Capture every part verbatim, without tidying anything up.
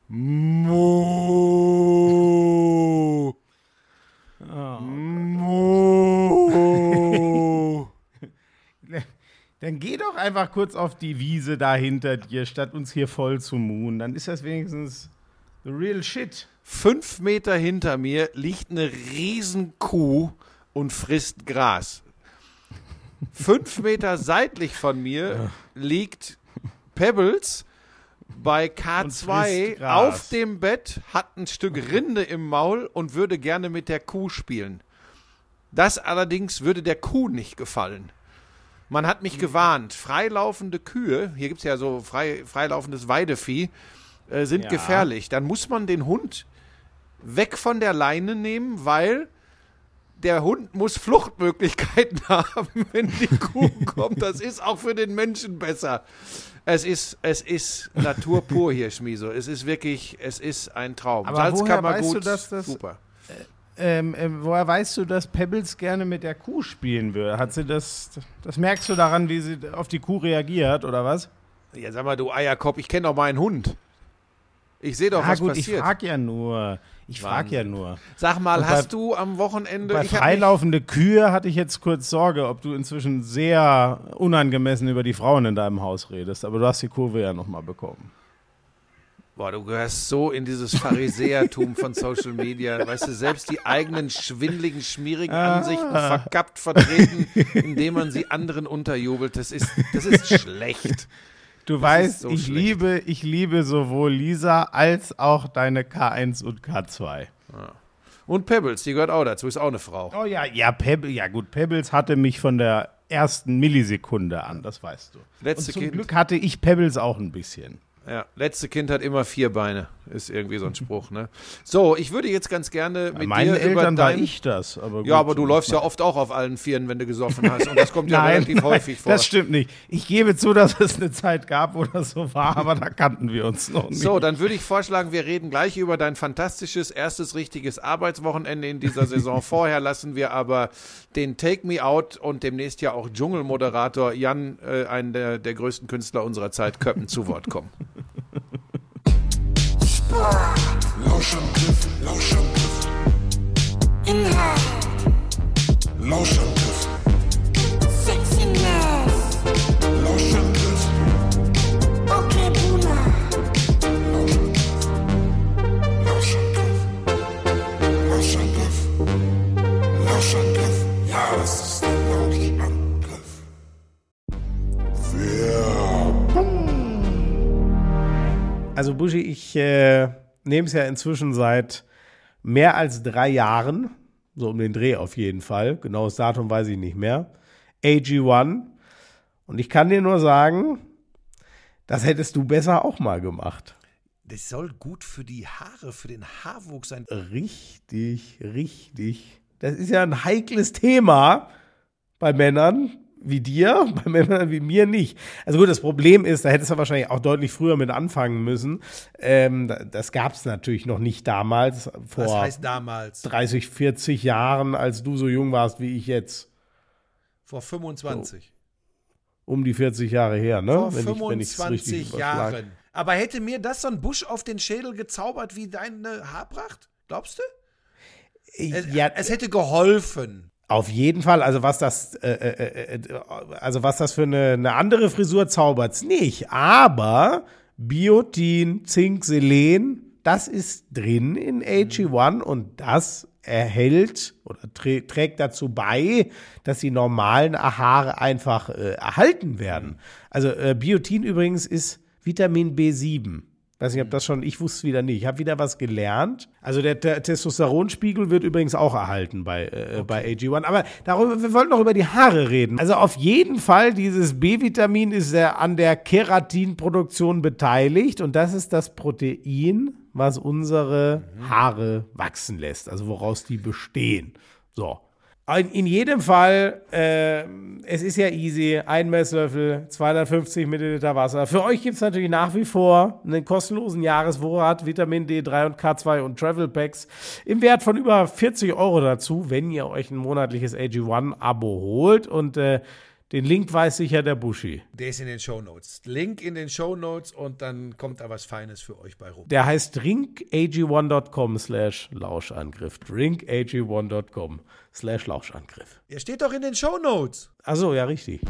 Mo. Oh, Mo. Dann geh doch einfach kurz auf die Wiese da hinter dir, statt uns hier voll zu muhen. Dann ist das wenigstens the real shit. Fünf Meter hinter mir liegt eine Riesenkuh und frisst Gras. Fünf Meter seitlich von mir liegt Pebbles bei K zwei auf dem Bett, hat ein Stück Rinde im Maul und würde gerne mit der Kuh spielen. Das allerdings würde der Kuh nicht gefallen. Man hat mich gewarnt, freilaufende Kühe, hier gibt es ja so frei, freilaufendes Weidevieh, äh, sind Ja. gefährlich. Dann muss man den Hund weg von der Leine nehmen, weil der Hund muss Fluchtmöglichkeiten haben, wenn die Kuh kommt. Das ist auch für den Menschen besser. Es ist, es ist Natur pur hier, Schmieso. Es ist wirklich, es ist ein Traum. Aber woher weißt Salzkammergut, du, dass das- super. Ähm, ähm, woher weißt du, dass Pebbles gerne mit der Kuh spielen will? Hat sie das, das merkst du daran, wie sie auf die Kuh reagiert, oder was? Ja, sag mal, du Eierkopf, ich kenne doch meinen Hund. Ich sehe doch, Ah, was gut, passiert. ich frag ja nur. Ich frag Wahnsinn. ja nur. Sag mal, Und bei- hast du am Wochenende... Bei ich hab freilaufende Kühe hatte ich jetzt kurz Sorge, ob du inzwischen sehr unangemessen über die Frauen in deinem Haus redest. Aber du hast die Kurve ja nochmal bekommen. mich, boah, du gehörst so in dieses Pharisäertum von Social Media. Weißt du, selbst die eigenen schwindligen, schmierigen Ansichten verkappt vertreten, indem man sie anderen unterjubelt. Das ist, das ist schlecht. Du weißt, so ich schlecht. liebe, ich liebe sowohl Lisa als auch deine K eins und K zwei. Und Pebbles, die gehört auch dazu, ist auch eine Frau. Oh ja, ja, Pebbles, ja gut, Pebbles hatte mich von der ersten Millisekunde an, das weißt du. Letzte und zum Kind. Glück hatte ich Pebbles auch ein bisschen. Ja, letzte Kind hat immer vier Beine, ist irgendwie so ein Spruch, ne? So, ich würde jetzt ganz gerne Bei mit meinen dir über Eltern war dein... ich das. Aber Ja, gut, aber du läufst ja oft auch auf allen Vieren, wenn du gesoffen hast. Und das kommt ja Nein, relativ häufig vor. Das stimmt nicht. Ich gebe zu, dass es eine Zeit gab, wo das so war, aber da kannten wir uns noch nicht. So, dann würde ich vorschlagen, wir reden gleich über dein fantastisches erstes richtiges Arbeitswochenende in dieser Saison. Vorher lassen wir aber den Take Me Out und demnächst ja auch Dschungelmoderator Jan, äh, einen der, der größten Künstler unserer Zeit, Köppen, zu Wort kommen. Lauschangriff, Lauschangriff. Inhalt, Lauschangriff, Sexiness, Lauschangriff, okay Boomer, Lauschangriff, Lauschangriff, Lauschangriff. Ja, das ist der Lauschangriff. Also Buschi, ich äh, nehme es ja inzwischen seit mehr als drei Jahren, so um den Dreh auf jeden Fall, genaues Datum weiß ich nicht mehr, A G eins. Und ich kann dir nur sagen, das hättest du besser auch mal gemacht. Das soll gut für die Haare, für den Haarwuchs sein. Richtig, richtig. Das ist ja ein heikles Thema bei Männern wie dir, bei Männern wie mir nicht. Also gut, das Problem ist, da hättest du wahrscheinlich auch deutlich früher mit anfangen müssen. Ähm, das gab es natürlich noch nicht damals, vor Was heißt damals? dreißig, vierzig Jahren, als du so jung warst wie ich jetzt. Vor fünfundzwanzig. Um die vierzig Jahre her, ne? Vor Wenn ich- wenn ich's fünfundzwanzig richtig überschlag. Jahren. Aber hätte mir das so ein Busch auf den Schädel gezaubert wie deine Haarpracht? Glaubst du? Es, Ja, es hätte geholfen. auf jeden Fall, also was das, äh, äh, äh, also was das für eine, eine andere Frisur zaubert's nicht. Aber Biotin, Zink, Selen, das ist drin in A G eins und das erhält oder trä- trägt dazu bei, dass die normalen Haare einfach äh, erhalten werden. Also äh, Biotin übrigens ist Vitamin B sieben. Weiß nicht, ob das schon, ich wusste es wieder nicht. Ich habe wieder was gelernt. Also der, der Testosteronspiegel wird übrigens auch erhalten bei, äh, bei A G eins. Aber darüber, wir wollten noch über die Haare reden. Also auf jeden Fall, dieses B-Vitamin ist der, an der Keratinproduktion beteiligt. Und das ist das Protein, was unsere Haare wachsen lässt. Also woraus die bestehen. So. In, in jedem Fall, äh, es ist ja easy, ein Messlöffel, zweihundertfünfzig Milliliter Wasser. Für euch gibt es natürlich nach wie vor einen kostenlosen Jahresvorrat, Vitamin D drei und K zwei und Travel Packs im Wert von über vierzig Euro dazu, wenn ihr euch ein monatliches A G eins Abo holt. Und äh, Den Link weiß sicher der Buschi. Der ist in den Shownotes. Link in den Shownotes und dann kommt da was Feines für euch bei rum. Der heißt drink a g one dot com slash Lauschangriff. drink a g one dot com slash Lauschangriff. Der steht doch in den Shownotes. Achso, ja, richtig.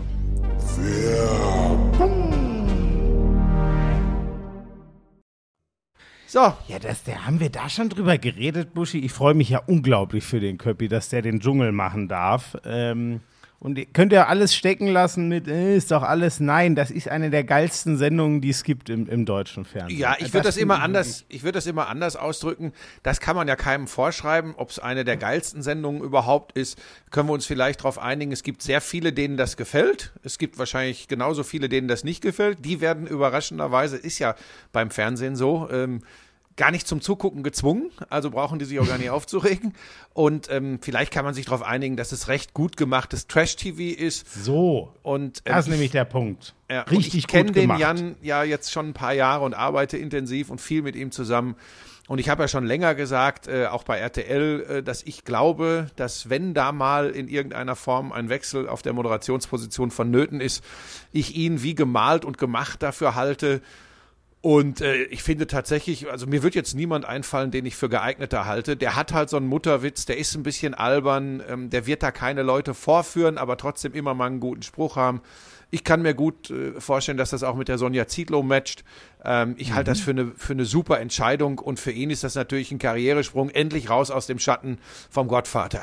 So, Ja, das, der, haben wir da schon drüber geredet, Buschi? Ich freue mich ja unglaublich für den Köppi, dass der den Dschungel machen darf. Ähm, und ihr könnt ja alles stecken lassen mit, äh, ist doch alles, nein, das ist eine der geilsten Sendungen, die es gibt im, im deutschen Fernsehen. ja, ich würde das, finde immer ich anders, ich würde das immer anders ausdrücken. Das kann man ja keinem vorschreiben, ob es eine der geilsten Sendungen überhaupt ist. Können wir uns vielleicht darauf einigen, es gibt sehr viele, denen das gefällt. Es gibt wahrscheinlich genauso viele, denen das nicht gefällt. Die werden überraschenderweise, ist ja beim Fernsehen so, ähm, gar nicht zum Zugucken gezwungen, also brauchen die sich auch gar nicht aufzuregen. Und ähm, vielleicht kann man sich darauf einigen, dass es recht gut gemachtes Trash-T V ist. So, Und, ähm, das ist nämlich der Punkt. ja, und Richtig ich kenne gut den gemacht. Jan ja jetzt schon ein paar Jahre und arbeite intensiv und viel mit ihm zusammen. Und ich habe ja schon länger gesagt, äh, auch bei R T L, äh, dass ich glaube, dass wenn da mal in irgendeiner Form ein Wechsel auf der Moderationsposition vonnöten ist, ich ihn wie gemalt und gemacht dafür halte. Und äh, ich finde tatsächlich, also mir wird jetzt niemand einfallen, den ich für geeigneter halte. Der hat halt so einen Mutterwitz, der ist ein bisschen albern, ähm, der wird da keine Leute vorführen, aber trotzdem immer mal einen guten Spruch haben. Ich kann mir gut äh, vorstellen, dass das auch mit der Sonja Zietlow matcht. Ähm, ich halte das für eine, für eine super Entscheidung und für ihn ist das natürlich ein Karrieresprung, endlich raus aus dem Schatten vom Gottvater.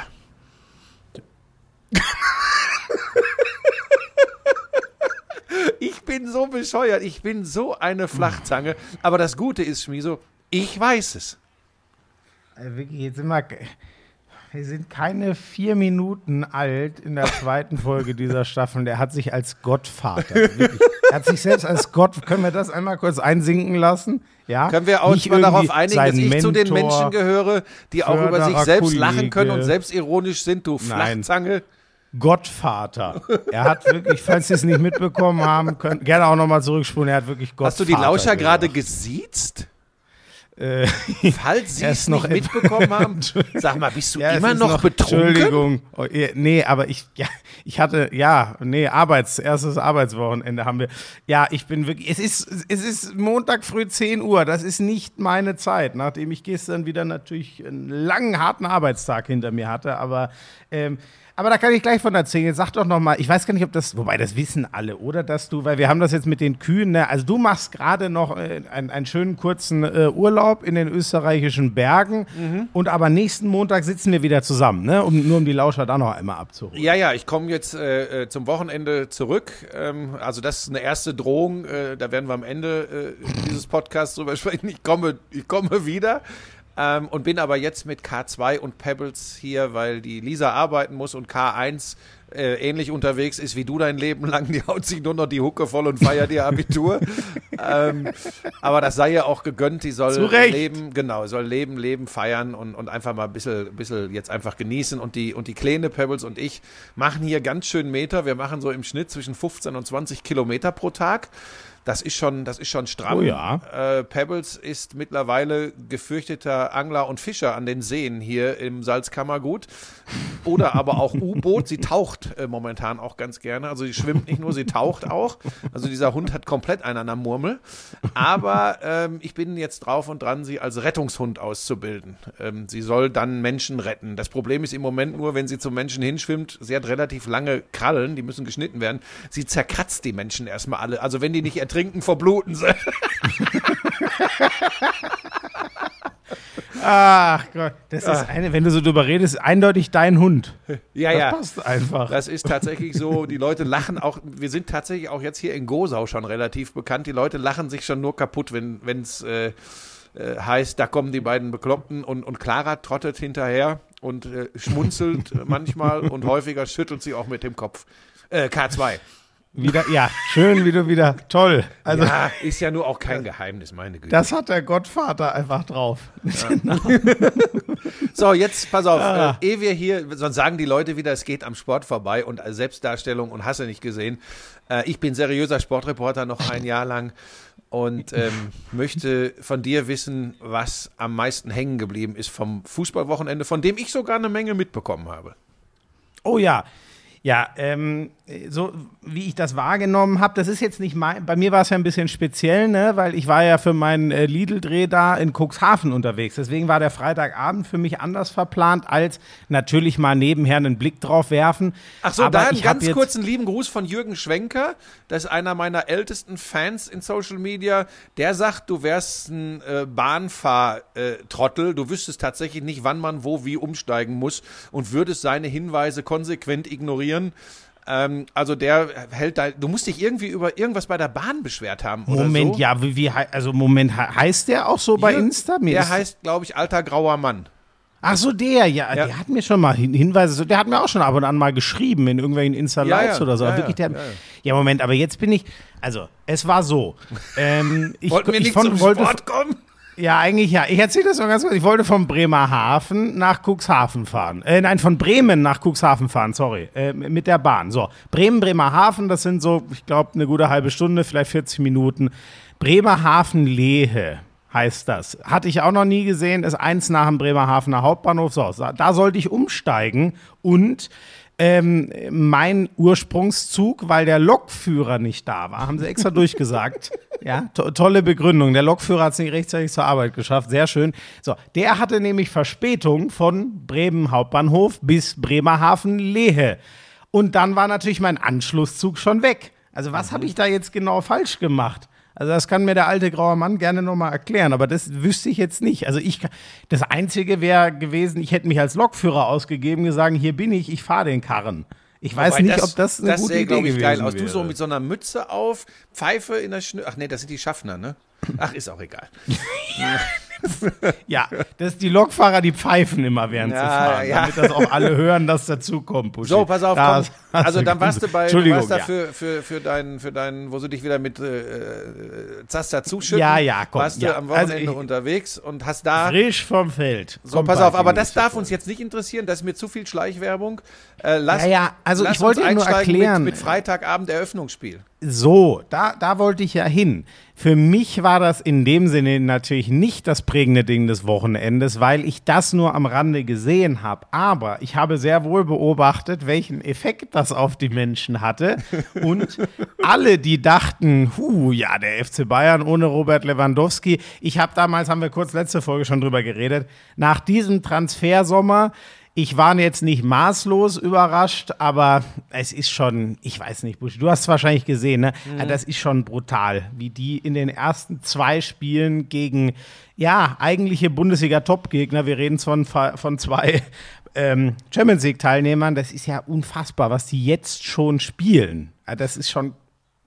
Ich bin so bescheuert, ich bin so eine Flachzange. Aber das Gute ist, Schmieso, ich weiß es. Also wirklich, jetzt sind wir, wir sind keine vier Minuten alt in der zweiten Folge dieser Staffel. Der hat sich als Gottvater, wirklich, er hat sich selbst als Gott, können wir das einmal kurz einsinken lassen? Ja? Können wir uns Nicht mal darauf irgendwie einigen, dass sein ich zu den Mentor, Menschen gehöre, die auch über sich Förderer, selbst lachen können und Kollege. selbstironisch sind, du Nein. Flachzange. Gottvater. Er hat wirklich, falls Sie es nicht mitbekommen haben, können gerne auch nochmal zurückspulen, er hat wirklich Gottvater. Hast du die Lauscher gerade gesagt. gesiezt? Äh, Falls sie er es ist noch nicht mitbekommen haben, sag mal, bist du Ja, es immer ist noch, betrunken? Entschuldigung. Oh, ja, nee, aber ich, ja, ich hatte, ja, nee, Arbeits, erstes Arbeitswochenende haben wir. Ja, ich bin wirklich, es ist, es ist Montag früh zehn Uhr, das ist nicht meine Zeit, nachdem ich gestern wieder natürlich einen langen, harten Arbeitstag hinter mir hatte, aber, ähm, aber da kann ich gleich von erzählen. Sag doch noch mal, ich weiß gar nicht, ob das, wobei das wissen alle, oder? Dass du, weil wir haben das jetzt mit den Kühen, ne? Also du machst gerade noch äh, einen, einen schönen kurzen äh, Urlaub in den österreichischen Bergen Mhm. und aber nächsten Montag sitzen wir wieder zusammen, ne? Um, nur um die Lauscher da noch einmal abzuholen. Ja, ja, ich komme jetzt äh, äh, zum Wochenende zurück. Ähm, also das ist eine erste Drohung. Äh, da werden wir am Ende äh, dieses Podcasts drüber sprechen. Ich komme, ich komme wieder. Ähm, und bin aber jetzt mit K zwei und Pebbles hier, weil die Lisa arbeiten muss und K eins äh, ähnlich unterwegs ist wie du dein Leben lang. Die haut sich nur noch die Hucke voll und feiert ihr Abitur. ähm, aber das sei ihr auch gegönnt. Die soll Zu Recht. leben, genau, soll leben, leben, feiern und, und einfach mal ein bisschen, bisschen jetzt einfach genießen. Und die, und die Kleine, Pebbles und ich machen hier ganz schön Meter. Wir machen so im Schnitt zwischen fünfzehn und zwanzig Kilometer pro Tag. Das ist schon, das ist schon stramm. Oh ja. Äh, Pebbles ist mittlerweile gefürchteter Angler und Fischer an den Seen hier im Salzkammergut. Oder aber auch U-Boot. Sie taucht äh, momentan auch ganz gerne. Also sie schwimmt nicht nur, sie taucht auch. Also dieser Hund hat komplett einen an der Murmel. Aber ähm, ich bin jetzt drauf und dran, sie als Rettungshund auszubilden. Ähm, sie soll dann Menschen retten. Das Problem ist im Moment nur, wenn sie zum Menschen hinschwimmt, sie hat relativ lange Krallen, die müssen geschnitten werden. Sie zerkratzt die Menschen erstmal alle. Also wenn die nicht ertrinken, verbluten sie. Ach Gott, das ist eine, wenn du so drüber redest, eindeutig dein Hund. Ja, Das ja. passt einfach. Das ist tatsächlich so, die Leute lachen auch, wir sind tatsächlich auch jetzt hier in Gosau schon relativ bekannt, die Leute lachen sich schon nur kaputt, wenn es äh, äh, heißt, da kommen die beiden Bekloppten und, und Clara trottet hinterher und äh, schmunzelt manchmal und häufiger schüttelt sie auch mit dem Kopf. Äh, K zwei. Wieder, ja, schön, wie du wieder, toll. Also, Ja, ist ja nur auch kein Geheimnis, meine Güte. das hat der Gottvater einfach drauf. So, jetzt pass auf, Ah. äh, ehe wir hier, sonst sagen die Leute wieder, es geht am Sport vorbei und äh, Selbstdarstellung und hast du nicht gesehen. Äh, ich bin seriöser Sportreporter noch ein Jahr lang und ähm, möchte von dir wissen, was am meisten hängen geblieben ist vom Fußballwochenende, von dem ich sogar eine Menge mitbekommen habe. Oh ja. Ja, ähm, so wie ich das wahrgenommen habe, das ist jetzt nicht mein, bei mir war es ja ein bisschen speziell, ne, weil ich war ja für meinen äh, Lidl-Dreh da in Cuxhaven unterwegs. Deswegen war der Freitagabend für mich anders verplant, als natürlich mal nebenher einen Blick drauf werfen. Ach so, Aber da einen ich hab ganz jetzt- kurzen lieben Gruß von Jürgen Schwenker. Das ist einer meiner ältesten Fans in Social Media. Der sagt, du wärst ein äh, Bahnfahr-Trottel. Du wüsstest tatsächlich nicht, wann man wo wie umsteigen muss und würdest seine Hinweise konsequent ignorieren. Ähm, also der hält da, du musst dich irgendwie über irgendwas bei der Bahn beschwert haben oder Moment, so. ja, wie, wie hei- also Moment, he- heißt der auch so bei Jürgen, Insta? Mir Der ist- heißt, glaube ich, alter grauer Mann. Ach so, der, ja, Ja. der hat mir schon mal Hin- Hinweise, so- der hat mir auch schon ab und an mal geschrieben in irgendwelchen Ja, Insta-Lives ja, oder so. ja, Aber wirklich, der, ja, ja, ja. Moment, aber jetzt bin ich, also, es war so. Ähm, ich, Wollten wir ich nicht von- zum wollte, Sport kommen? Ja, eigentlich ja. Ich erzähle das mal ganz kurz. Ich wollte von Bremerhaven nach Cuxhaven fahren. Äh, nein, von Bremen nach Cuxhaven fahren, sorry. Äh, mit der Bahn. So, Bremen, Bremerhaven, das sind so, ich glaube, eine gute halbe Stunde, vielleicht vierzig Minuten. Bremerhaven-Lehe heißt das. Hatte ich auch noch nie gesehen. Ist eins nach dem Bremerhavener Hauptbahnhof. So, da sollte ich umsteigen und ähm, mein Ursprungszug, weil der Lokführer nicht da war, haben sie extra durchgesagt. Ja, to- tolle Begründung. Der Lokführer hat es nicht rechtzeitig zur Arbeit geschafft. Sehr schön. So, der hatte nämlich Verspätung von Bremen Hauptbahnhof bis Bremerhaven-Lehe. Und dann war natürlich mein Anschlusszug schon weg. Also was habe ich da jetzt genau falsch gemacht? Also das kann mir der alte graue Mann gerne nochmal erklären, aber das wüsste ich jetzt nicht. Also ich, das Einzige wäre gewesen, ich hätte mich als Lokführer ausgegeben, gesagt, hier bin ich, ich fahre den Karren. Ich weiß Wobei nicht, ob das eine das gute sähe, Idee glaub ich, gewesen geil aus. wäre. Du so mit so einer Mütze auf, Pfeife in der Schnür. Ach nee, das sind die Schaffner, ne? Ach, ist auch egal. Ja, das ist die Lokfahrer, die pfeifen immer während Ja, sie fahren, ja. damit das auch alle hören, dass dazu kommt. Buschi. So, pass auf, Da komm. hast- hast Also du dann warst du bei, du Entschuldigung, warst da ja. für, für, für deinen, für deinen, wo sie dich wieder mit äh, äh, Zaster zuschütten. Ja, ja, komm, Warst du ja. am Also Wochenende ich- unterwegs und hast da. Frisch vom Feld. So, Kommt pass bald auf, aber die das nächste darf Folge. uns jetzt nicht interessieren, das ist mir zu viel Schleichwerbung. Äh, lass, Ja, ja, also lass ich wollte uns ja nur einsteigen erklären. Mit, mit Freitagabend Eröffnungsspiel. So, da, da wollte ich ja hin. Für mich war das in dem Sinne natürlich nicht das prägende Ding des Wochenendes, weil ich das nur am Rande gesehen habe. Aber ich habe sehr wohl beobachtet, welchen Effekt das auf die Menschen hatte. Und alle, die dachten, hu, ja, der F C Bayern ohne Robert Lewandowski. Ich habe damals, haben wir kurz letzte Folge schon drüber geredet, nach diesem Transfersommer, ich war jetzt nicht maßlos überrascht, aber es ist schon, ich weiß nicht, Buschi, du hast es wahrscheinlich gesehen, ne? Mhm. Das ist schon brutal, wie die in den ersten zwei Spielen gegen, ja, eigentliche Bundesliga-Top-Gegner, wir reden von, von zwei ähm, Champions League-Teilnehmern, das ist ja unfassbar, was die jetzt schon spielen. Ja, das ist schon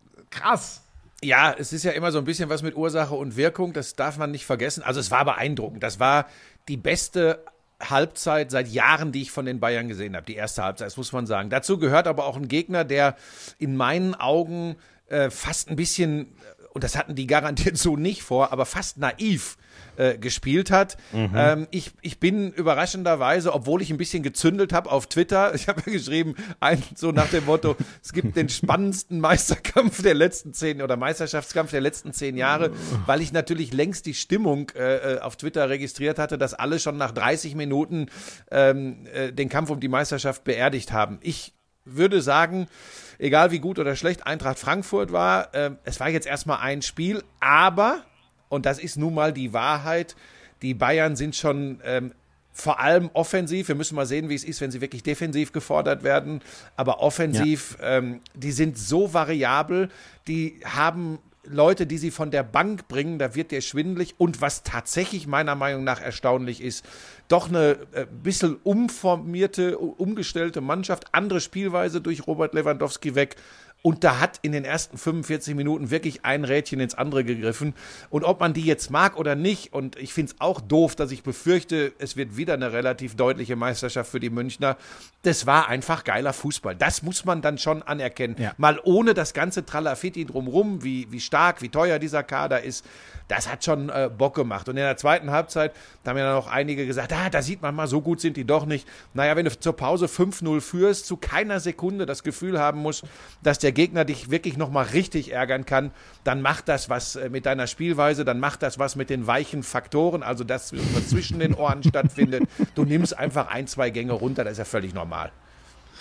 krass. Ja, es ist ja immer so ein bisschen was mit Ursache und Wirkung, das darf man nicht vergessen. Also es war beeindruckend, das war die beste Halbzeit seit Jahren, die ich von den Bayern gesehen habe, die erste Halbzeit, das muss man sagen. Dazu gehört aber auch ein Gegner, der in meinen Augen äh, fast ein bisschen, und das hatten die garantiert so nicht vor, aber fast naiv äh, gespielt hat. Mhm. Ähm, ich, ich bin überraschenderweise, obwohl ich ein bisschen gezündelt habe auf Twitter, ich habe ja geschrieben, ein, so nach dem Motto, es gibt den spannendsten Meisterkampf der letzten zehn oder Meisterschaftskampf der letzten zehn Jahre, weil ich natürlich längst die Stimmung äh, auf Twitter registriert hatte, dass alle schon nach dreißig Minuten ähm, äh, den Kampf um die Meisterschaft beerdigt haben. Ich würde sagen, egal wie gut oder schlecht Eintracht Frankfurt war, äh, es war jetzt erstmal ein Spiel, aber, und das ist nun mal die Wahrheit, die Bayern sind schon ähm, vor allem offensiv, wir müssen mal sehen, wie es ist, wenn sie wirklich defensiv gefordert werden, aber offensiv, ja. ähm, die sind so variabel, die haben Leute, die sie von der Bank bringen, da wird der schwindelig. Und was tatsächlich meiner Meinung nach erstaunlich ist, doch eine äh, bisschen umformierte, umgestellte Mannschaft, andere Spielweise durch Robert Lewandowski weg. Und da hat in den ersten fünfundvierzig Minuten wirklich ein Rädchen ins andere gegriffen. Und ob man die jetzt mag oder nicht, und ich finde es auch doof, dass ich befürchte, es wird wieder eine relativ deutliche Meisterschaft für die Münchner, das war einfach geiler Fußball. Das muss man dann schon anerkennen. Ja. Mal ohne das ganze Tralafitti drumrum, wie, wie stark, wie teuer dieser Kader ist, das hat schon äh, Bock gemacht. Und in der zweiten Halbzeit, da haben ja dann auch einige gesagt, ah, da sieht man mal, so gut sind die doch nicht. Naja, wenn du zur Pause fünf null führst, zu keiner Sekunde das Gefühl haben musst, dass der Gegner dich wirklich nochmal richtig ärgern kann, dann macht das was äh, mit deiner Spielweise, dann macht das was mit den weichen Faktoren, also das, was zwischen den Ohren stattfindet. Du nimmst einfach ein, zwei Gänge runter, das ist ja völlig normal.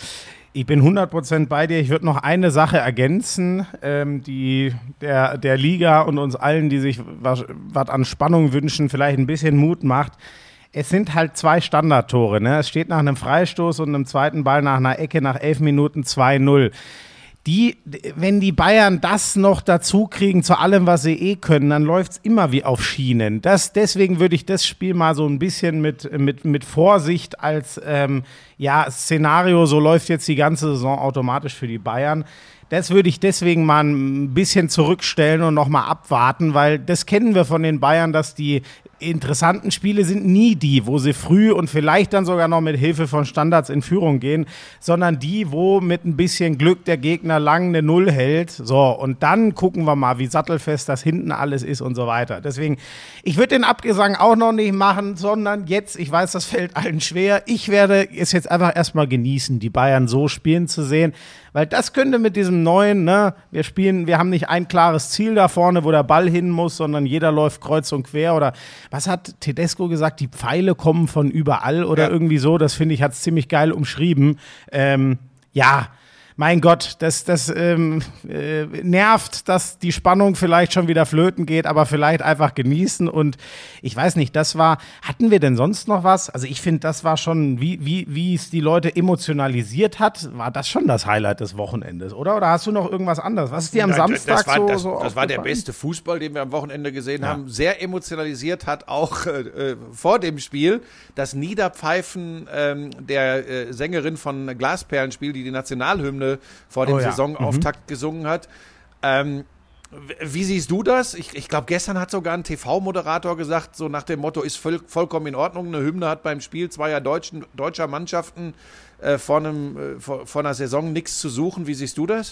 Ich bin hundert Prozent bei dir. Ich würde noch eine Sache ergänzen, ähm, die der, der Liga und uns allen, die sich was, was an Spannung wünschen, vielleicht ein bisschen Mut macht. Es sind halt zwei Standardtore. Ne? Es steht nach einem Freistoß und einem zweiten Ball nach einer Ecke nach elf Minuten zwei null. Die, wenn die Bayern das noch dazu kriegen zu allem, was sie eh können, dann läuft es immer wie auf Schienen. Das, deswegen würde ich das Spiel mal so ein bisschen mit, mit, mit Vorsicht als ähm, ja, Szenario, so läuft jetzt die ganze Saison automatisch für die Bayern. Das würde ich deswegen mal ein bisschen zurückstellen und nochmal abwarten, weil das kennen wir von den Bayern, dass die interessanten Spiele sind nie die, wo sie früh und vielleicht dann sogar noch mit Hilfe von Standards in Führung gehen, sondern die, wo mit ein bisschen Glück der Gegner lang eine Null hält. So, und dann gucken wir mal, wie sattelfest das hinten alles ist und so weiter. Deswegen, ich würde den Abgesang auch noch nicht machen, sondern jetzt, ich weiß, das fällt allen schwer, ich werde es jetzt einfach erstmal genießen, die Bayern so spielen zu sehen, weil das könnte mit diesem neuen, ne, wir spielen, wir haben nicht ein klares Ziel da vorne, wo der Ball hin muss, sondern jeder läuft kreuz und quer oder was hat Tedesco gesagt? Die Pfeile kommen von überall oder ja. irgendwie so. Das finde ich, hat es ziemlich geil umschrieben. Ähm, ja, mein Gott, das, das ähm, äh, nervt, dass die Spannung vielleicht schon wieder flöten geht, aber vielleicht einfach genießen. Und ich weiß nicht, das war, hatten wir denn sonst noch was? Also ich finde, das war schon, wie, wie, wie es die Leute emotionalisiert hat, war das schon das Highlight des Wochenendes, oder? Oder hast du noch irgendwas anderes? Was ist dir am Nein, Samstag das war, so das, so das war der beste Fußball, den wir am Wochenende gesehen ja. haben. Sehr emotionalisiert hat auch äh, vor dem Spiel das Niederpfeifen ähm, der äh, Sängerin von Glasperlenspiel, die die Nationalhymne vor dem oh, ja. Saisonauftakt mhm. gesungen hat. Ähm, wie siehst du das? Ich, ich glaube, gestern hat sogar ein T V-Moderator gesagt, so nach dem Motto, ist voll, vollkommen in Ordnung. Eine Hymne hat beim Spiel zweier deutschen, deutscher Mannschaften äh, vor, einem, äh, vor, vor einer Saison nichts zu suchen. Wie siehst du das?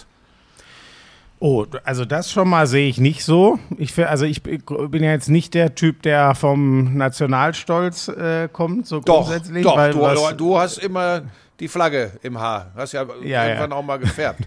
Oh, also das schon mal sehe ich nicht so. Ich, also ich bin ja jetzt nicht der Typ, der vom Nationalstolz äh, kommt, so doch, grundsätzlich. Doch, weil du, was, du hast immer die Flagge im Haar. Hast ja, ja irgendwann ja. auch mal gefärbt.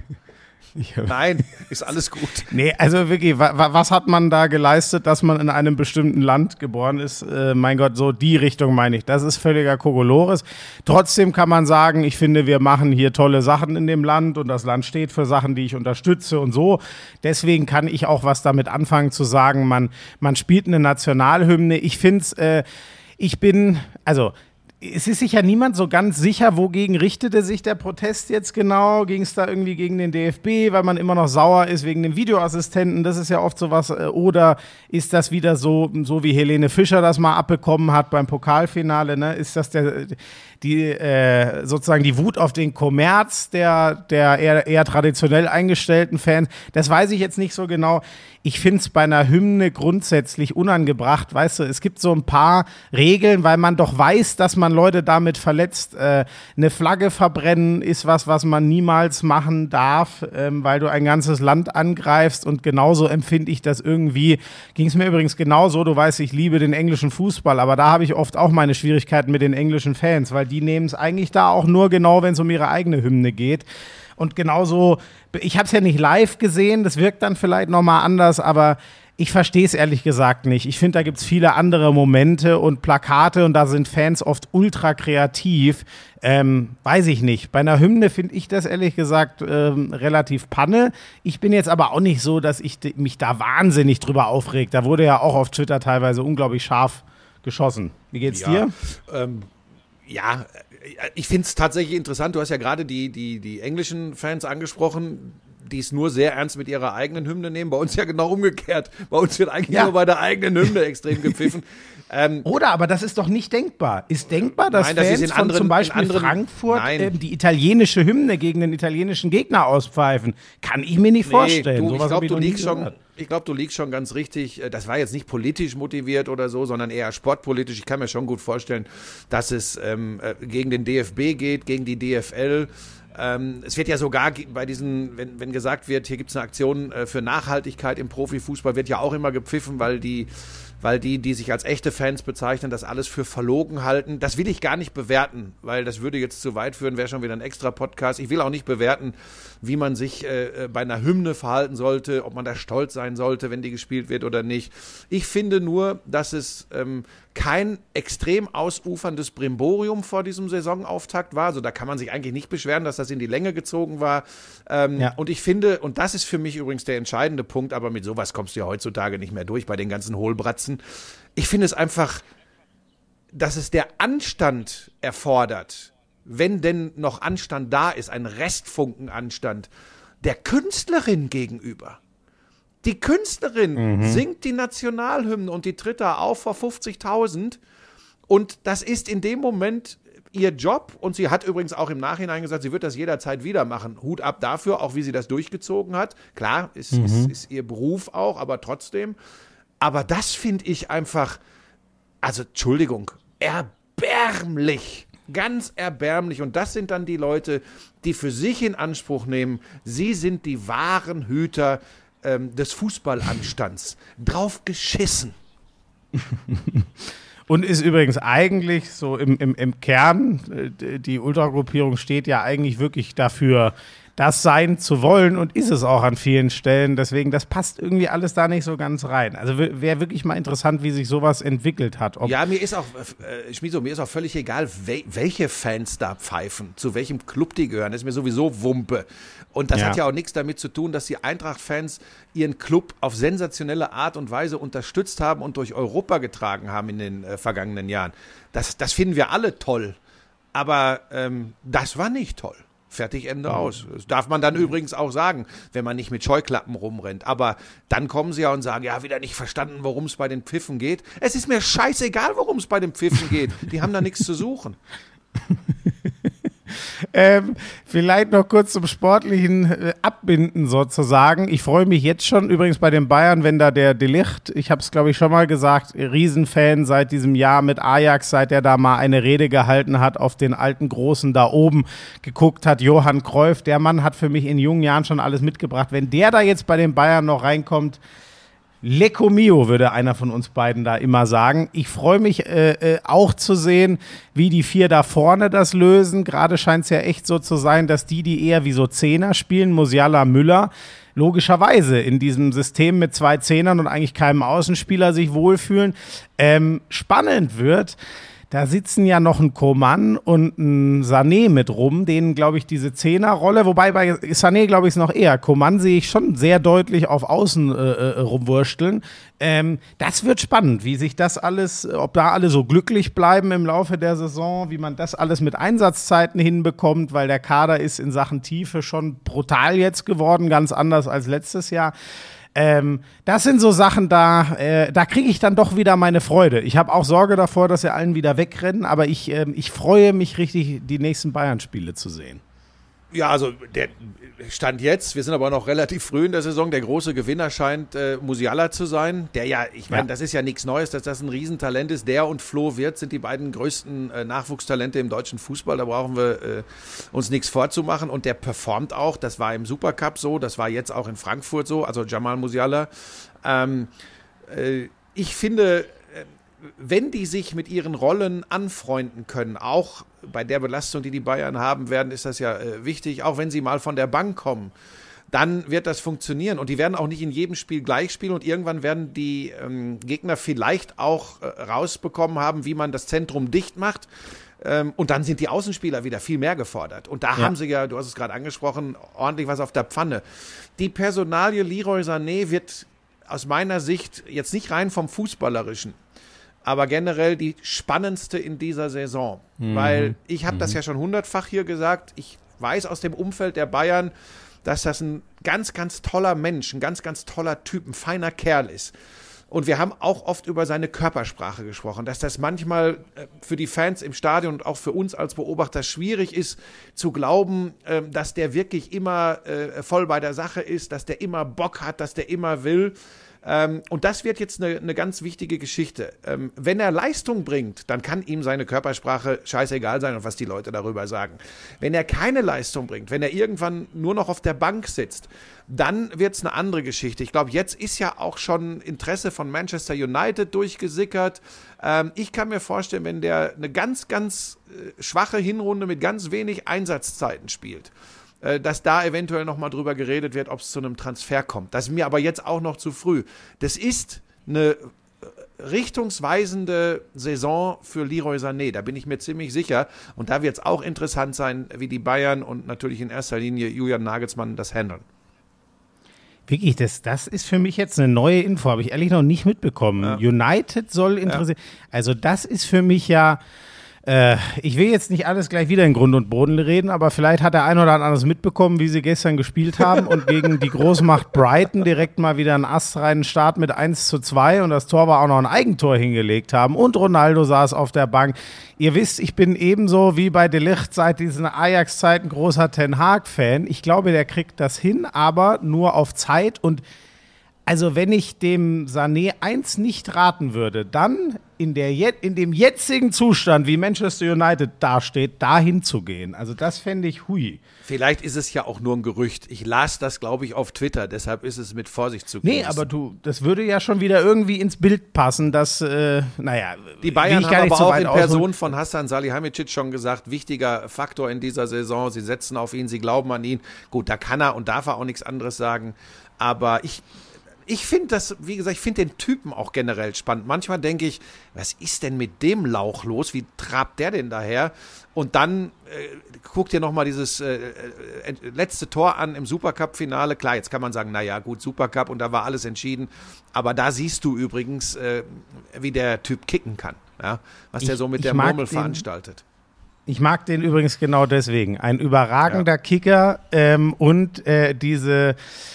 Ja. Nein, ist alles gut. Nee, also wirklich, wa- wa- was hat man da geleistet, dass man in einem bestimmten Land geboren ist? Äh, mein Gott, so die Richtung meine ich. Das ist völliger Kokolores. Trotzdem kann man sagen, ich finde, wir machen hier tolle Sachen in dem Land und das Land steht für Sachen, die ich unterstütze und so. Deswegen kann ich auch was damit anfangen zu sagen, man, man spielt eine Nationalhymne. Ich finde es, äh, ich bin, also es ist sich ja niemand so ganz sicher, wogegen richtete sich der Protest jetzt genau. Ging es da irgendwie gegen den D F B, weil man immer noch sauer ist wegen dem Videoassistenten? Das ist ja oft sowas. Oder ist das wieder so, so wie Helene Fischer das mal abbekommen hat beim Pokalfinale? Ne? Ist das der, die, äh, sozusagen die Wut auf den Kommerz der, der eher, eher traditionell eingestellten Fans? Das weiß ich jetzt nicht so genau. Ich finde es bei einer Hymne grundsätzlich unangebracht. Weißt du, es gibt so ein paar Regeln, weil man doch weiß, dass man Leute damit verletzt. Äh, eine Flagge verbrennen ist was, was man niemals machen darf, ähm, weil du ein ganzes Land angreifst. Und genauso empfinde ich das irgendwie. Ging es mir übrigens genauso. Du weißt, ich liebe den englischen Fußball, aber da habe ich oft auch meine Schwierigkeiten mit den englischen Fans, weil die nehmen es eigentlich da auch nur genau, wenn es um ihre eigene Hymne geht. Und genauso, ich habe es ja nicht live gesehen, das wirkt dann vielleicht nochmal anders, aber ich verstehe es ehrlich gesagt nicht. Ich finde, da gibt es viele andere Momente und Plakate und da sind Fans oft ultra kreativ. Ähm, weiß ich nicht. Bei einer Hymne finde ich das ehrlich gesagt ähm, relativ Panne. Ich bin jetzt aber auch nicht so, dass ich d- mich da wahnsinnig drüber aufregt. Da wurde ja auch auf Twitter teilweise unglaublich scharf geschossen. Wie geht's Ja, dir? Ähm, ja, ich finde es tatsächlich interessant. Du hast ja gerade die, die, die englischen Fans angesprochen, die es nur sehr ernst mit ihrer eigenen Hymne nehmen. Bei uns ja genau umgekehrt. Bei uns wird eigentlich Ja. nur bei der eigenen Hymne extrem gepfiffen. Ähm, Oder, aber das ist doch nicht denkbar. Ist denkbar, dass Nein, das Fans ist in von anderen- zum Beispiel in anderen- Frankfurt Nein. ähm, die italienische Hymne gegen den italienischen Gegner auspfeifen? Kann ich mir nicht vorstellen. du, Sowas ich hab glaube, du, noch nie liegst schon- gehört. ich glaub, du liegst schon ganz richtig. Das war jetzt nicht politisch motiviert oder so, sondern eher sportpolitisch. Ich kann mir schon gut vorstellen, dass es ähm, äh, gegen den D F B geht, gegen die D F L. Ähm, es wird ja sogar ge- bei diesen, wenn, wenn gesagt wird, hier gibt es eine Aktion äh, für Nachhaltigkeit im Profifußball, wird ja auch immer gepfiffen, weil die weil die, die sich als echte Fans bezeichnen, das alles für verlogen halten. Das will ich gar nicht bewerten, weil das würde jetzt zu weit führen, wäre schon wieder ein extra Podcast. Ich will auch nicht bewerten, wie man sich äh, bei einer Hymne verhalten sollte, ob man da stolz sein sollte, wenn die gespielt wird oder nicht. Ich finde nur, dass es ähm, kein extrem ausuferndes Brimborium vor diesem Saisonauftakt war. Also da kann man sich eigentlich nicht beschweren, dass das in die Länge gezogen war. Ähm, Ja. Und ich finde, und das ist für mich übrigens der entscheidende Punkt, aber mit sowas kommst du ja heutzutage nicht mehr durch bei den ganzen Hohlbratzen. Ich finde es einfach, dass es der Anstand erfordert, wenn denn noch Anstand da ist, ein Restfunken Anstand, der Künstlerin gegenüber. Die Künstlerin singt die Nationalhymne und die tritt da auf vor fünfzigtausend und das ist in dem Moment ihr Job und sie hat übrigens auch im Nachhinein gesagt, sie wird das jederzeit wieder machen. Hut ab dafür, auch wie sie das durchgezogen hat. Klar, ist, mhm. ist, ist ihr Beruf auch, aber trotzdem. Aber das finde ich einfach, also Entschuldigung, erbärmlich. Ganz erbärmlich. Und das sind dann die Leute, die für sich in Anspruch nehmen, sie sind die wahren Hüter ähm, des Fußballanstands. Drauf geschissen. Und ist übrigens eigentlich so im, im, im Kern, äh, die Ultragruppierung steht ja eigentlich wirklich dafür, das sein zu wollen und ist es auch an vielen Stellen. Deswegen, das passt irgendwie alles da nicht so ganz rein. Also wäre wirklich mal interessant, wie sich sowas entwickelt hat. Ob ja, mir ist auch, äh, Schmiso, mir ist auch völlig egal, wel- welche Fans da pfeifen, zu welchem Club die gehören. Das ist mir sowieso Wumpe. Und das Ja. hat ja auch nichts damit zu tun, dass die Eintracht-Fans ihren Club auf sensationelle Art und Weise unterstützt haben und durch Europa getragen haben in den äh, vergangenen Jahren. Das, das finden wir alle toll. Aber ähm, das war nicht toll. Fertig, Ende aus. Das darf man dann übrigens auch sagen, wenn man nicht mit Scheuklappen rumrennt. Aber dann kommen sie ja und sagen, ja, wieder nicht verstanden, worum es bei den Pfiffen geht. Es ist mir scheißegal, worum es bei den Pfiffen geht. Die haben da nichts zu suchen. Ähm, vielleicht noch kurz zum sportlichen äh, Abbinden sozusagen. Ich freue mich jetzt schon übrigens bei den Bayern, wenn da der De Ligt, ich habe es glaube ich schon mal gesagt, Riesenfan seit diesem Jahr mit Ajax, seit er da mal eine Rede gehalten hat, auf den alten Großen da oben geguckt hat, Johann Cruyff. Der Mann hat für mich in jungen Jahren schon alles mitgebracht. Wenn der da jetzt bei den Bayern noch reinkommt, Lecco mio, würde einer von uns beiden da immer sagen. Ich freue mich äh, äh, auch zu sehen, wie die vier da vorne das lösen. Gerade scheint es ja echt so zu sein, dass die, die eher wie so Zehner spielen, Musiala, Müller, logischerweise in diesem System mit zwei Zehnern und eigentlich keinem Außenspieler sich wohlfühlen, ähm, spannend wird. Da sitzen ja noch ein Coman und ein Sané mit rum, denen, glaube ich, diese Zehnerrolle, wobei bei Sané, glaube ich, ist noch eher. Coman sehe ich schon sehr deutlich auf Außen äh, äh, rumwursteln. Ähm, das wird spannend, wie sich das alles, ob da alle so glücklich bleiben im Laufe der Saison, wie man das alles mit Einsatzzeiten hinbekommt, weil der Kader ist in Sachen Tiefe schon brutal jetzt geworden, ganz anders als letztes Jahr. Ähm, das sind so Sachen, da, äh, da kriege ich dann doch wieder meine Freude. Ich habe auch Sorge davor, dass sie allen wieder wegrennen, aber ich, ähm, ich freue mich richtig, die nächsten Bayern-Spiele zu sehen. Ja, also der Stand jetzt, wir sind aber noch relativ früh in der Saison, der große Gewinner scheint äh, Musiala zu sein, der ja, ich meine, Ja. das ist ja nichts Neues, dass das ein Riesentalent ist. Der und Flo Wirtz sind die beiden größten äh, Nachwuchstalente im deutschen Fußball, da brauchen wir äh, uns nichts vorzumachen und der performt auch, das war im Supercup so, das war jetzt auch in Frankfurt so, also Jamal Musiala. Ähm, äh, ich finde, wenn die sich mit ihren Rollen anfreunden können, auch bei der Belastung, die die Bayern haben werden, ist das ja äh, wichtig, auch wenn sie mal von der Bank kommen, dann wird das funktionieren und die werden auch nicht in jedem Spiel gleich spielen und irgendwann werden die ähm, Gegner vielleicht auch äh, rausbekommen haben, wie man das Zentrum dicht macht ähm, und dann sind die Außenspieler wieder viel mehr gefordert und da Ja. haben sie ja, du hast es gerade angesprochen, ordentlich was auf der Pfanne. Die Personalie Leroy Sané wird aus meiner Sicht jetzt nicht rein vom Fußballerischen, aber generell die spannendste in dieser Saison. Mhm. Weil ich habe mhm. das ja schon hundertfach hier gesagt, ich weiß aus dem Umfeld der Bayern, dass das ein ganz, ganz toller Mensch, ein ganz, ganz toller Typ, ein feiner Kerl ist. Und wir haben auch oft über seine Körpersprache gesprochen, dass das manchmal für die Fans im Stadion und auch für uns als Beobachter schwierig ist, zu glauben, dass der wirklich immer voll bei der Sache ist, dass der immer Bock hat, dass der immer will. Ähm, und das wird jetzt eine, eine ganz wichtige Geschichte. Ähm, wenn er Leistung bringt, dann kann ihm seine Körpersprache scheißegal sein und was die Leute darüber sagen. Wenn er keine Leistung bringt, wenn er irgendwann nur noch auf der Bank sitzt, dann wird es eine andere Geschichte. Ich glaube, jetzt ist ja auch schon Interesse von Manchester United durchgesickert. Ähm, ich kann mir vorstellen, wenn der eine ganz, ganz äh, schwache Hinrunde mit ganz wenig Einsatzzeiten spielt, dass da eventuell nochmal drüber geredet wird, ob es zu einem Transfer kommt. Das ist mir aber jetzt auch noch zu früh. Das ist eine richtungsweisende Saison für Leroy Sané, da bin ich mir ziemlich sicher. Und da wird es auch interessant sein, wie die Bayern und natürlich in erster Linie Julian Nagelsmann das handeln. Wirklich, das, das ist für mich jetzt eine neue Info, habe ich ehrlich noch nicht mitbekommen. Ja. United soll interessieren. Ja. Also das ist für mich ja... Ich will jetzt nicht alles gleich wieder in Grund und Boden reden, aber vielleicht hat der ein oder andere mitbekommen, wie sie gestern gespielt haben und gegen die Großmacht Brighton direkt mal wieder einen astreinen Start mit eins zu zwei und das Tor war auch noch ein Eigentor hingelegt haben und Ronaldo saß auf der Bank. Ihr wisst, ich bin ebenso wie bei De Ligt seit diesen Ajax-Zeiten großer Ten Hag-Fan. Ich glaube, der kriegt das hin, aber nur auf Zeit und also wenn ich dem Sané eins nicht raten würde, dann in, der je- in dem jetzigen Zustand, wie Manchester United dasteht, dahin zu gehen. Also das fände ich hui. Vielleicht ist es ja auch nur ein Gerücht. Ich las das, glaube ich, auf Twitter. Deshalb ist es mit Vorsicht zu genießen. Nee, aber du, das würde ja schon wieder irgendwie ins Bild passen, dass, äh, naja. Die Bayern haben aber so auch in Person ausholen. von Hassan Salihamidzic schon gesagt, wichtiger Faktor in dieser Saison. Sie setzen auf ihn, sie glauben an ihn. Gut, da kann er und darf er auch nichts anderes sagen. Aber ich... Ich finde das, wie gesagt, ich finde den Typen auch generell spannend. Manchmal denke ich, was ist denn mit dem Lauch los? Wie trabt der denn daher? Und dann äh, guck dir nochmal dieses äh, äh, letzte Tor an im Supercup-Finale. Klar, jetzt kann man sagen, naja, gut, Supercup und da war alles entschieden. Aber da siehst du übrigens, äh, wie der Typ kicken kann. Ja? Was der Ich- so mit ich der mag Murmel den- veranstaltet. Ich mag den übrigens genau deswegen. Ein überragender Ja. Kicker ähm, und äh, diese,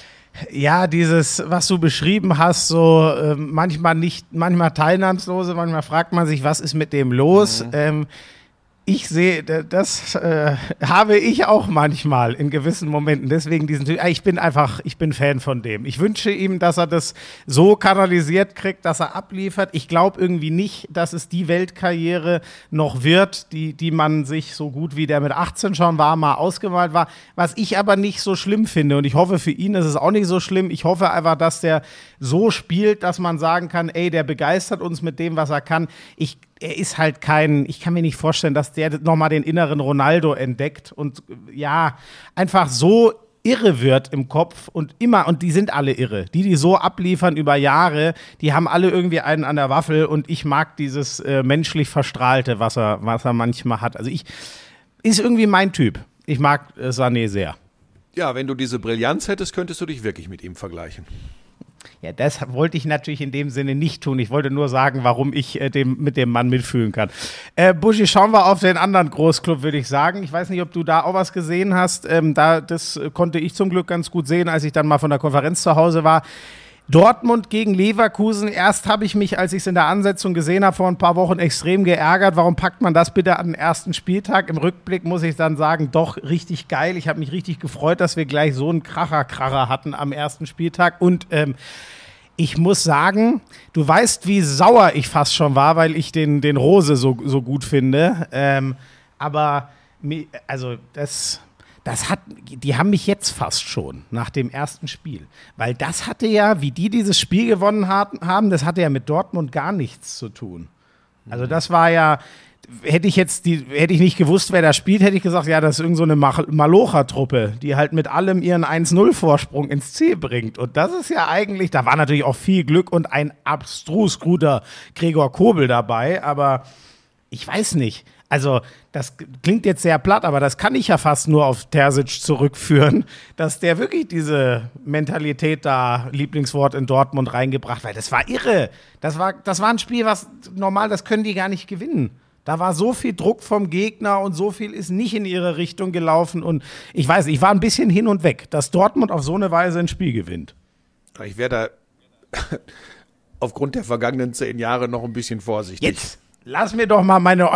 ja, dieses, was du beschrieben hast, so äh, manchmal nicht, manchmal teilnahmslose, manchmal fragt man sich, was ist mit dem los? Mhm. Ähm, ich sehe, d- das äh, habe ich auch manchmal in gewissen Momenten. Deswegen diesen Typ, ich bin einfach, ich bin Fan von dem. Ich wünsche ihm, dass er das so kanalisiert kriegt, dass er abliefert. Ich glaube irgendwie nicht, dass es die Weltkarriere noch wird, die, die man sich so gut wie der mit achtzehn schon war, mal ausgemalt war. Was ich aber nicht so schlimm finde und ich hoffe, für ihn ist es auch nicht so schlimm. Ich hoffe einfach, dass der so spielt, dass man sagen kann, ey, der begeistert uns mit dem, was er kann. Ich Er ist halt kein, ich kann mir nicht vorstellen, dass der nochmal den inneren Ronaldo entdeckt und ja, einfach so irre wird im Kopf und immer, und die sind alle irre. Die, die so abliefern über Jahre, die haben alle irgendwie einen an der Waffel und ich mag dieses äh, menschlich Verstrahlte, was er, was er manchmal hat. Also ich, ist irgendwie mein Typ. Ich mag äh, Sané sehr. Ja, wenn du diese Brillanz hättest, könntest du dich wirklich mit ihm vergleichen. Ja, das wollte ich natürlich in dem Sinne nicht tun. Ich wollte nur sagen, warum ich äh, dem, mit dem Mann mitfühlen kann. Äh, Buschi, schauen wir auf den anderen Großclub, würde ich sagen. Ich weiß nicht, ob du da auch was gesehen hast. Ähm, da, das äh, konnte ich zum Glück ganz gut sehen, als ich dann mal von der Konferenz zu Hause war. Dortmund gegen Leverkusen. Erst habe ich mich, als ich es in der Ansetzung gesehen habe, vor ein paar Wochen extrem geärgert. Warum packt man das bitte an den ersten Spieltag? Im Rückblick muss ich dann sagen, doch richtig geil. Ich habe mich richtig gefreut, dass wir gleich so einen Kracher-Kracher hatten am ersten Spieltag. Und ähm, ich muss sagen, du weißt, wie sauer ich fast schon war, weil ich den, den Rose so, so gut finde. Ähm, aber, mi- also, das... Das hat, die haben mich jetzt fast schon nach dem ersten Spiel. Weil das hatte ja, wie die dieses Spiel gewonnen hat, haben, das hatte ja mit Dortmund gar nichts zu tun. Also das war ja, hätte ich jetzt, die, hätte ich nicht gewusst, wer da spielt, hätte ich gesagt, ja, das ist irgend so eine Mach- Malocha-Truppe, die halt mit allem ihren eins null Vorsprung ins Ziel bringt. Und das ist ja eigentlich, da war natürlich auch viel Glück und ein abstrus guter Gregor Kobel dabei, aber ich weiß nicht. Also, das klingt jetzt sehr platt, aber das kann ich ja fast nur auf Terzic zurückführen, dass der wirklich diese Mentalität da, Lieblingswort in Dortmund, reingebracht hat. Weil das war irre. Das war, das war ein Spiel, was normal, das können die gar nicht gewinnen. Da war so viel Druck vom Gegner und so viel ist nicht in ihre Richtung gelaufen. Und ich weiß, ich war ein bisschen hin und weg, dass Dortmund auf so eine Weise ein Spiel gewinnt. Ich wäre da aufgrund der vergangenen zehn Jahre noch ein bisschen vorsichtig. Jetzt! Lass mir doch mal meine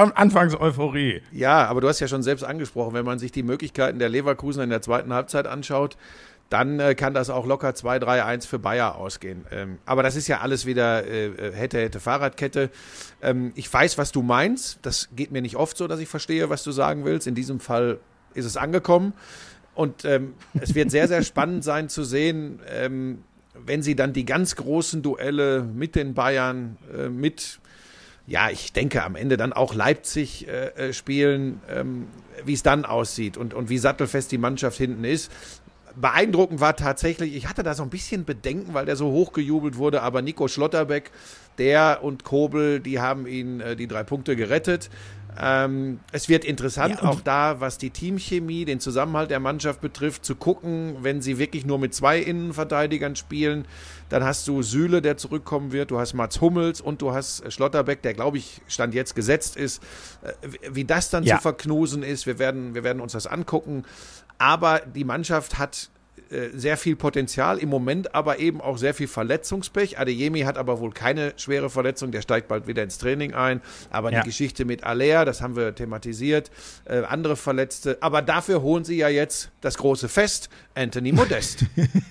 Anfangseuphorie. Ja, aber du hast ja schon selbst angesprochen, wenn man sich die Möglichkeiten der Leverkusen in der zweiten Halbzeit anschaut, dann äh, kann das auch locker zwei drei eins für Bayer ausgehen. Ähm, aber das ist ja alles wieder äh, hätte, hätte Fahrradkette. Ähm, ich weiß, was du meinst. Das geht mir nicht oft so, dass ich verstehe, was du sagen willst. In diesem Fall ist es angekommen. Und ähm, es wird sehr, sehr spannend sein zu sehen, ähm, wenn sie dann die ganz großen Duelle mit den Bayern, äh, mit, ja, ich denke am Ende dann auch Leipzig äh, spielen, ähm, wie es dann aussieht und, und wie sattelfest die Mannschaft hinten ist. Beeindruckend war tatsächlich, ich hatte da so ein bisschen Bedenken, weil der so hochgejubelt wurde, aber Nico Schlotterbeck, der und Kobel, die haben ihn äh, die drei Punkte gerettet. Ähm, es wird interessant, ja, auch da, was die Teamchemie, den Zusammenhalt der Mannschaft betrifft, zu gucken, wenn sie wirklich nur mit zwei Innenverteidigern spielen, dann hast du Süle, der zurückkommen wird, du hast Mats Hummels und du hast Schlotterbeck, der, glaube ich, Stand jetzt gesetzt ist. Äh, wie das dann ja. zu verknusen ist, wir werden, wir werden uns das angucken. Aber die Mannschaft hat äh, sehr viel Potenzial, im Moment aber eben auch sehr viel Verletzungspech. Adeyemi hat aber wohl keine schwere Verletzung, der steigt bald wieder ins Training ein. Aber ja. die Geschichte mit Aller, das haben wir thematisiert, äh, andere Verletzte. Aber dafür holen sie ja jetzt das große Fest, Anthony Modest.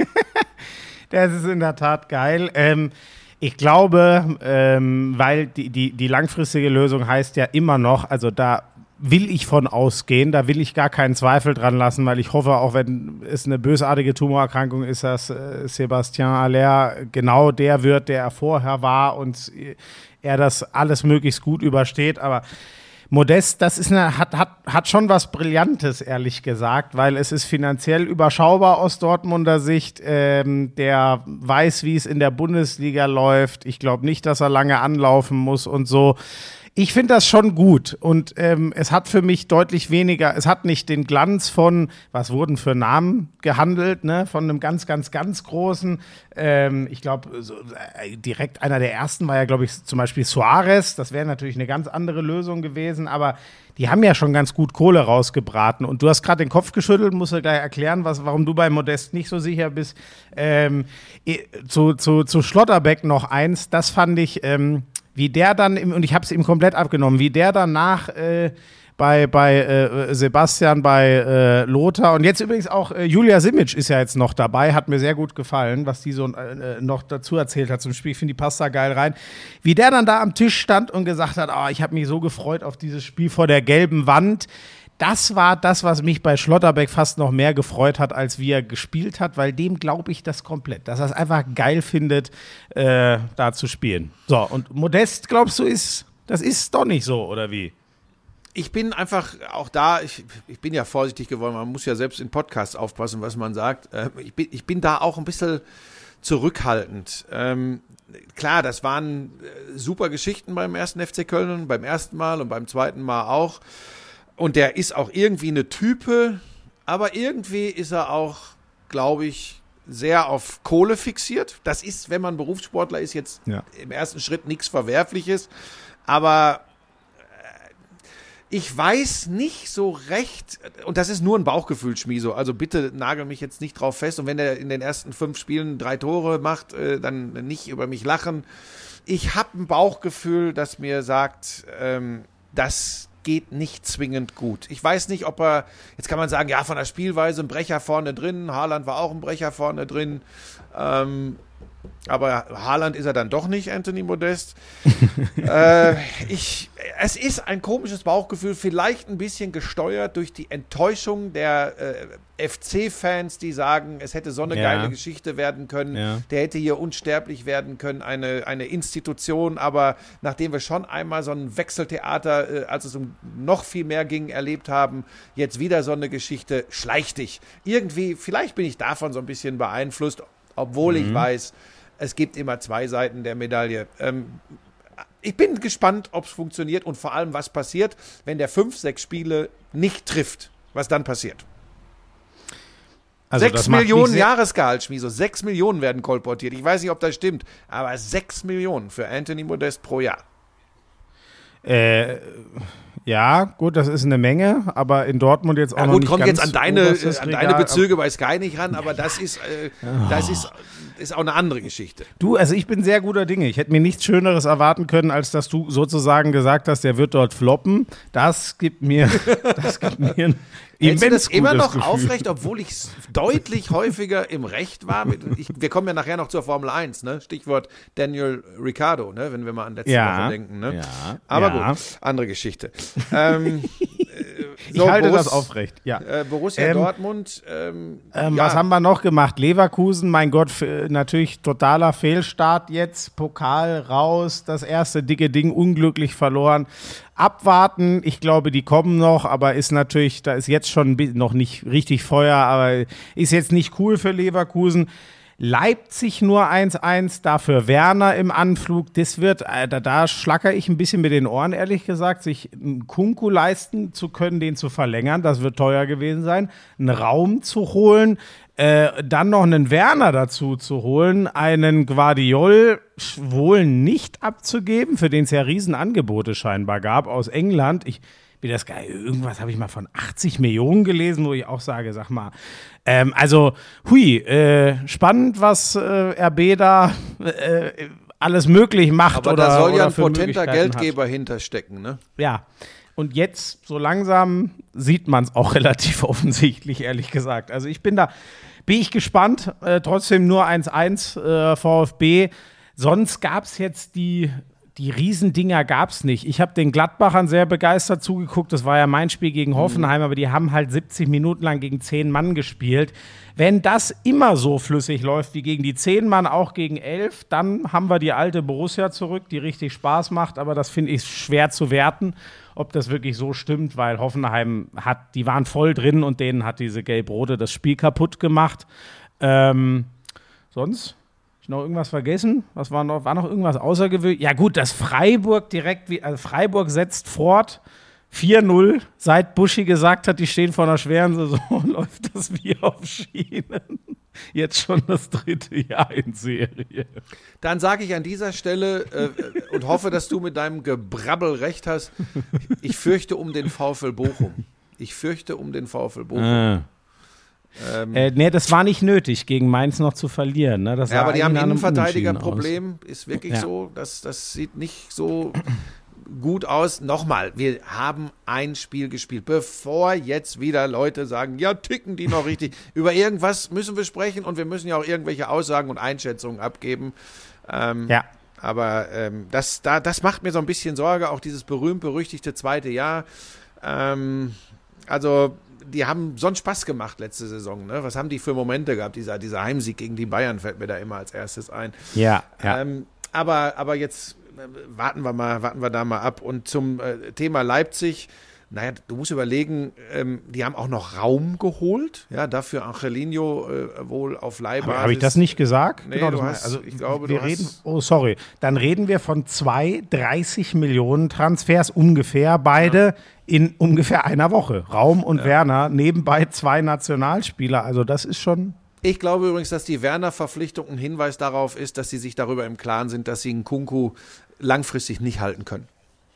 Das ist in der Tat geil. Ähm, ich glaube, ähm, weil die, die, die langfristige Lösung heißt ja immer noch, also da will ich von ausgehen, da will ich gar keinen Zweifel dran lassen, weil ich hoffe, auch wenn es eine bösartige Tumorerkrankung ist, dass äh, Sébastien Haller genau der wird, der er vorher war und er das alles möglichst gut übersteht, aber Modest, das ist eine, hat, hat, hat schon was Brillantes, ehrlich gesagt, weil es ist finanziell überschaubar aus Dortmunder Sicht. Ähm, der weiß, wie es in der Bundesliga läuft. Ich glaube nicht, dass er lange anlaufen muss und so. Ich finde das schon gut und ähm, es hat für mich deutlich weniger, es hat nicht den Glanz von, was wurden für Namen gehandelt, ne, von einem ganz, ganz, ganz großen, ähm, ich glaube, so, äh, direkt einer der ersten war ja, glaube ich, zum Beispiel Suarez, das wäre natürlich eine ganz andere Lösung gewesen, aber die haben ja schon ganz gut Kohle rausgebraten und du hast gerade den Kopf geschüttelt, musst du gleich erklären, was, warum du bei Modest nicht so sicher bist. Ähm, zu, zu, zu Schlotterbeck noch eins, das fand ich, ähm, wie der dann, im, und ich habe es ihm komplett abgenommen, wie der danach äh, bei, bei äh, Sebastian, bei äh, Lothar und jetzt übrigens auch äh, Julia Simic ist ja jetzt noch dabei, hat mir sehr gut gefallen, was die so äh, noch dazu erzählt hat zum Spiel. Ich finde, die passt da geil rein. Wie der dann da am Tisch stand und gesagt hat, oh, ich habe mich so gefreut auf dieses Spiel vor der gelben Wand. Das war das, was mich bei Schlotterbeck fast noch mehr gefreut hat, als wie er gespielt hat, weil dem glaube ich das komplett, dass er es einfach geil findet, äh, da zu spielen. So, und Modest, glaubst du, ist, das ist doch nicht so, oder wie? Ich bin einfach auch da, ich, ich bin ja vorsichtig geworden, man muss ja selbst in Podcasts aufpassen, was man sagt. Äh, ich, bin, ich bin da auch ein bisschen zurückhaltend. Ähm, klar, das waren äh, super Geschichten beim ersten F C Köln, beim ersten Mal und beim zweiten Mal auch. Und der ist auch irgendwie eine Type, aber irgendwie ist er auch, glaube ich, sehr auf Kohle fixiert. Das ist, wenn man Berufssportler ist, jetzt ja. im ersten Schritt nichts Verwerfliches. Aber ich weiß nicht so recht, und das ist nur ein Bauchgefühl, Schmieso, also bitte nagel mich jetzt nicht drauf fest. Und wenn er in den ersten fünf Spielen drei Tore macht, dann nicht über mich lachen. Ich habe ein Bauchgefühl, das mir sagt, ähm, dass geht nicht zwingend gut. Ich weiß nicht, ob er, jetzt kann man sagen, ja, von der Spielweise ein Brecher vorne drin, Haaland war auch ein Brecher vorne drin, ähm, aber Haaland ist er dann doch nicht, Anthony Modest. äh, ich, es ist ein komisches Bauchgefühl, vielleicht ein bisschen gesteuert durch die Enttäuschung der äh, F C-Fans, die sagen, es hätte so eine ja. geile Geschichte werden können, ja. der hätte hier unsterblich werden können, eine, eine Institution, aber nachdem wir schon einmal so ein Wechseltheater, äh, als es um noch viel mehr ging, erlebt haben, jetzt wieder so eine Geschichte, schleich dich. Irgendwie, vielleicht bin ich davon so ein bisschen beeinflusst, obwohl mhm. ich weiß, es gibt immer zwei Seiten der Medaille. Ähm, ich bin gespannt, ob es funktioniert und vor allem, was passiert, wenn der fünf, sechs Spiele nicht trifft. Was dann passiert. Also sechs Millionen Jahresgehalt, Schmieso. Sechs Millionen werden kolportiert. Ich weiß nicht, ob das stimmt, aber sechs Millionen für Anthony Modest pro Jahr. Äh, ja, gut, das ist eine Menge, aber in Dortmund jetzt auch ja, gut, noch nicht kommt ganz jetzt an deine, an deine Bezüge bei Sky nicht ran, aber das ist, äh, das ist ist auch eine andere Geschichte. Du, also ich bin sehr guter Dinge. Ich hätte mir nichts Schöneres erwarten können, als dass du sozusagen gesagt hast, der wird dort floppen. Das gibt mir, das gibt mir ein Hältst du immens das immer gutes noch Gefühl. aufrecht, obwohl ich deutlich häufiger im Recht war? Mit, ich, wir kommen ja nachher noch zur Formel eins, ne? Stichwort Daniel Ricciardo, ne? Wenn wir mal an letzte Ja, Woche denken. Ne? ja, Aber ja. gut, andere Geschichte. ähm, Ich halte das aufrecht, ja. Äh, Borussia Ähm, Dortmund. Ähm, Ähm, ja. Was haben wir noch gemacht? Leverkusen, mein Gott, f- natürlich totaler Fehlstart jetzt. Pokal raus, das erste dicke Ding unglücklich verloren. Abwarten, ich glaube, die kommen noch, aber ist natürlich, da ist jetzt schon ein bi- noch nicht richtig Feuer, aber ist jetzt nicht cool für Leverkusen. Leipzig nur eins eins, dafür Werner im Anflug. Das wird, äh, da, da schlacker ich ein bisschen mit den Ohren, ehrlich gesagt, sich einen Kunku leisten zu können, den zu verlängern. Das wird teuer gewesen sein. Einen Raum zu holen, äh, dann noch einen Werner dazu zu holen, einen Guardiol wohl nicht abzugeben, für den es ja Riesenangebote scheinbar gab aus England. Ich wie das geil, irgendwas habe ich mal von achtzig Millionen gelesen, wo ich auch sage, sag mal, ähm, also, hui, äh, spannend, was äh, R B da äh, alles möglich macht. Aber oder, da soll oder ja ein für potenter Möglichkeiten Geldgeber hinterstecken, ne? Hat. Ja, und jetzt, so langsam, sieht man es auch relativ offensichtlich, ehrlich gesagt. Also ich bin da, bin ich gespannt, äh, trotzdem nur eins eins äh, VfB. Sonst gab es jetzt die Die Riesendinger gab es nicht. Ich habe den Gladbachern sehr begeistert zugeguckt. Das war ja mein Spiel gegen Hoffenheim, aber die haben halt siebzig Minuten lang gegen zehn Mann gespielt. Wenn das immer so flüssig läuft wie gegen die zehn Mann, auch gegen elf, dann haben wir die alte Borussia zurück, die richtig Spaß macht. Aber das finde ich schwer zu werten, ob das wirklich so stimmt, weil Hoffenheim hat, die waren voll drin und denen hat diese Gelb-Rote das Spiel kaputt gemacht. Ähm, sonst? Noch irgendwas vergessen? Was war noch? War noch irgendwas außergewöhnlich? Ja gut, dass Freiburg direkt, wie, also Freiburg setzt fort, vier null, seit Buschi gesagt hat, die stehen vor einer schweren Saison, läuft das wie auf Schienen. Jetzt schon das dritte Jahr in Serie. Dann sage ich an dieser Stelle äh, und hoffe, dass du mit deinem Gebrabbel recht hast, ich fürchte um den VfL Bochum. Ich fürchte um den VfL Bochum. Ah. Ähm, Äh, nee, das war nicht nötig, gegen Mainz noch zu verlieren. Ne? Das ja, sah aber die haben eigentlich ein nach einem Unentschieden Innenverteidigerproblem, ist wirklich Ja. so, das, das sieht nicht so gut aus. Nochmal, wir haben ein Spiel gespielt, bevor jetzt wieder Leute sagen, ja, ticken die noch richtig. Über irgendwas müssen wir sprechen und wir müssen ja auch irgendwelche Aussagen und Einschätzungen abgeben. Ähm, aus. Ja. Aber ähm, das, da, das macht mir so ein bisschen Sorge, auch dieses berühmt-berüchtigte zweite Jahr. Ähm, also die haben sonst Spaß gemacht letzte Saison. Ne? Was haben die für Momente gehabt? Dieser, dieser Heimsieg gegen die Bayern fällt mir da immer als erstes ein. Ja, ja. Ähm, aber, aber jetzt äh, warten wir mal, warten wir da mal ab. Und zum äh, Thema Leipzig, naja, du musst überlegen, ähm, die haben auch noch Raum geholt, ja, dafür Angelino äh, wohl auf Leihbasis. Habe ich das nicht gesagt? Nee, das du mein- hast- ich glaube, wir du reden, hast- oh, sorry. Dann reden wir von zwei dreißig Millionen Transfers ungefähr, beide in ungefähr einer Woche. Raum und Werner, nebenbei zwei Nationalspieler. Also das ist schon... Ich glaube übrigens, dass die Werner-Verpflichtung ein Hinweis darauf ist, dass sie sich darüber im Klaren sind, dass sie einen Kunku langfristig nicht halten können.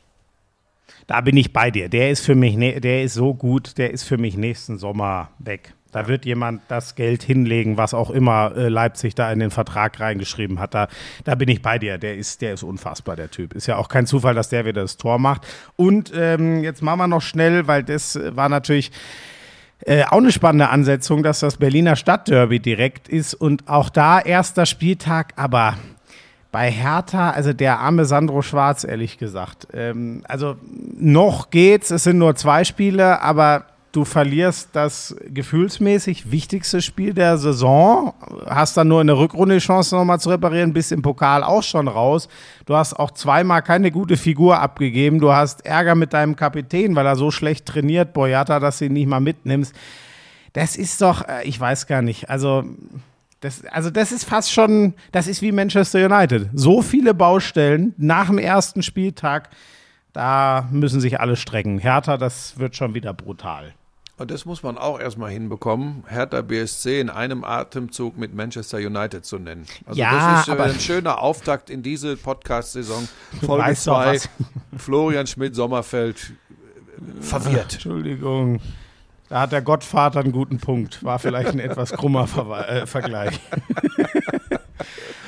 Da bin ich bei dir. Der ist für mich, ne- der ist so gut, der ist für mich nächsten Sommer weg. Da wird jemand das Geld hinlegen, was auch immer äh, Leipzig da in den Vertrag reingeschrieben hat. Da, da bin ich bei dir. Der ist, der ist unfassbar, der Typ. Ist ja auch kein Zufall, dass der wieder das Tor macht. Und ähm, jetzt machen wir noch schnell, weil das äh, war natürlich äh, auch eine spannende Ansetzung, dass das Berliner Stadtderby direkt ist. Und auch da erster Spieltag, aber bei Hertha, also der arme Sandro Schwarz, ehrlich gesagt. Ähm, also noch geht's, es sind nur zwei Spiele, aber du verlierst das gefühlsmäßig wichtigste Spiel der Saison, hast dann nur in der Rückrunde die Chance nochmal zu reparieren, bist im Pokal auch schon raus. Du hast auch zweimal keine gute Figur abgegeben. Du hast Ärger mit deinem Kapitän, weil er so schlecht trainiert, Boyata, dass du ihn nicht mal mitnimmst. Das ist doch, äh, ich weiß gar nicht, also... Das, also das ist fast schon, das ist wie Manchester United. So viele Baustellen nach dem ersten Spieltag, da müssen sich alle strecken. Hertha, das wird schon wieder brutal. Und das muss man auch erstmal hinbekommen, Hertha B S C in einem Atemzug mit Manchester United zu nennen. Also Ja, das ist äh, aber- ein schöner Auftakt in diese Podcast-Saison. Folge weißt doch zwei, was. Florian Schmidt-Sommerfeld äh, verwirrt. Entschuldigung. Da hat der Gottvater einen guten Punkt. War vielleicht ein etwas krummer Verwe- äh, Vergleich.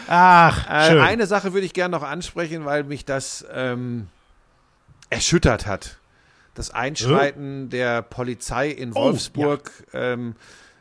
Ach, Äh, schön. eine Sache würde ich gerne noch ansprechen, weil mich das ähm, erschüttert hat. Das Einschreiten der Polizei in Wolfsburg, ähm,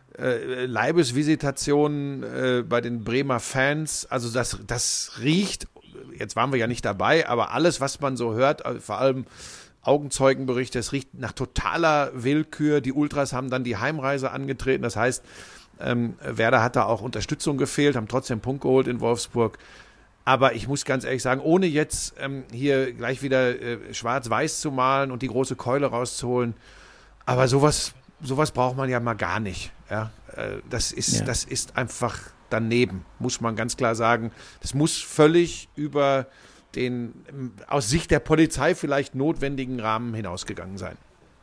äh, Leibesvisitation äh, bei den Bremer Fans, also das, das riecht, jetzt waren wir ja nicht dabei, aber alles, was man so hört, also vor allem Augenzeugenberichte, es riecht nach totaler Willkür. Die Ultras haben dann die Heimreise angetreten, das heißt, ähm, Werder hat da auch Unterstützung gefehlt, haben trotzdem einen Punkt geholt in Wolfsburg. Aber ich muss ganz ehrlich sagen, ohne jetzt ähm, hier gleich wieder äh, schwarz-weiß zu malen und die große Keule rauszuholen, aber sowas, sowas braucht man ja mal gar nicht. Ja? Äh, das ist, Ja. das ist einfach daneben, muss man ganz klar sagen. Das muss völlig über den ähm, aus Sicht der Polizei vielleicht notwendigen Rahmen hinausgegangen sein.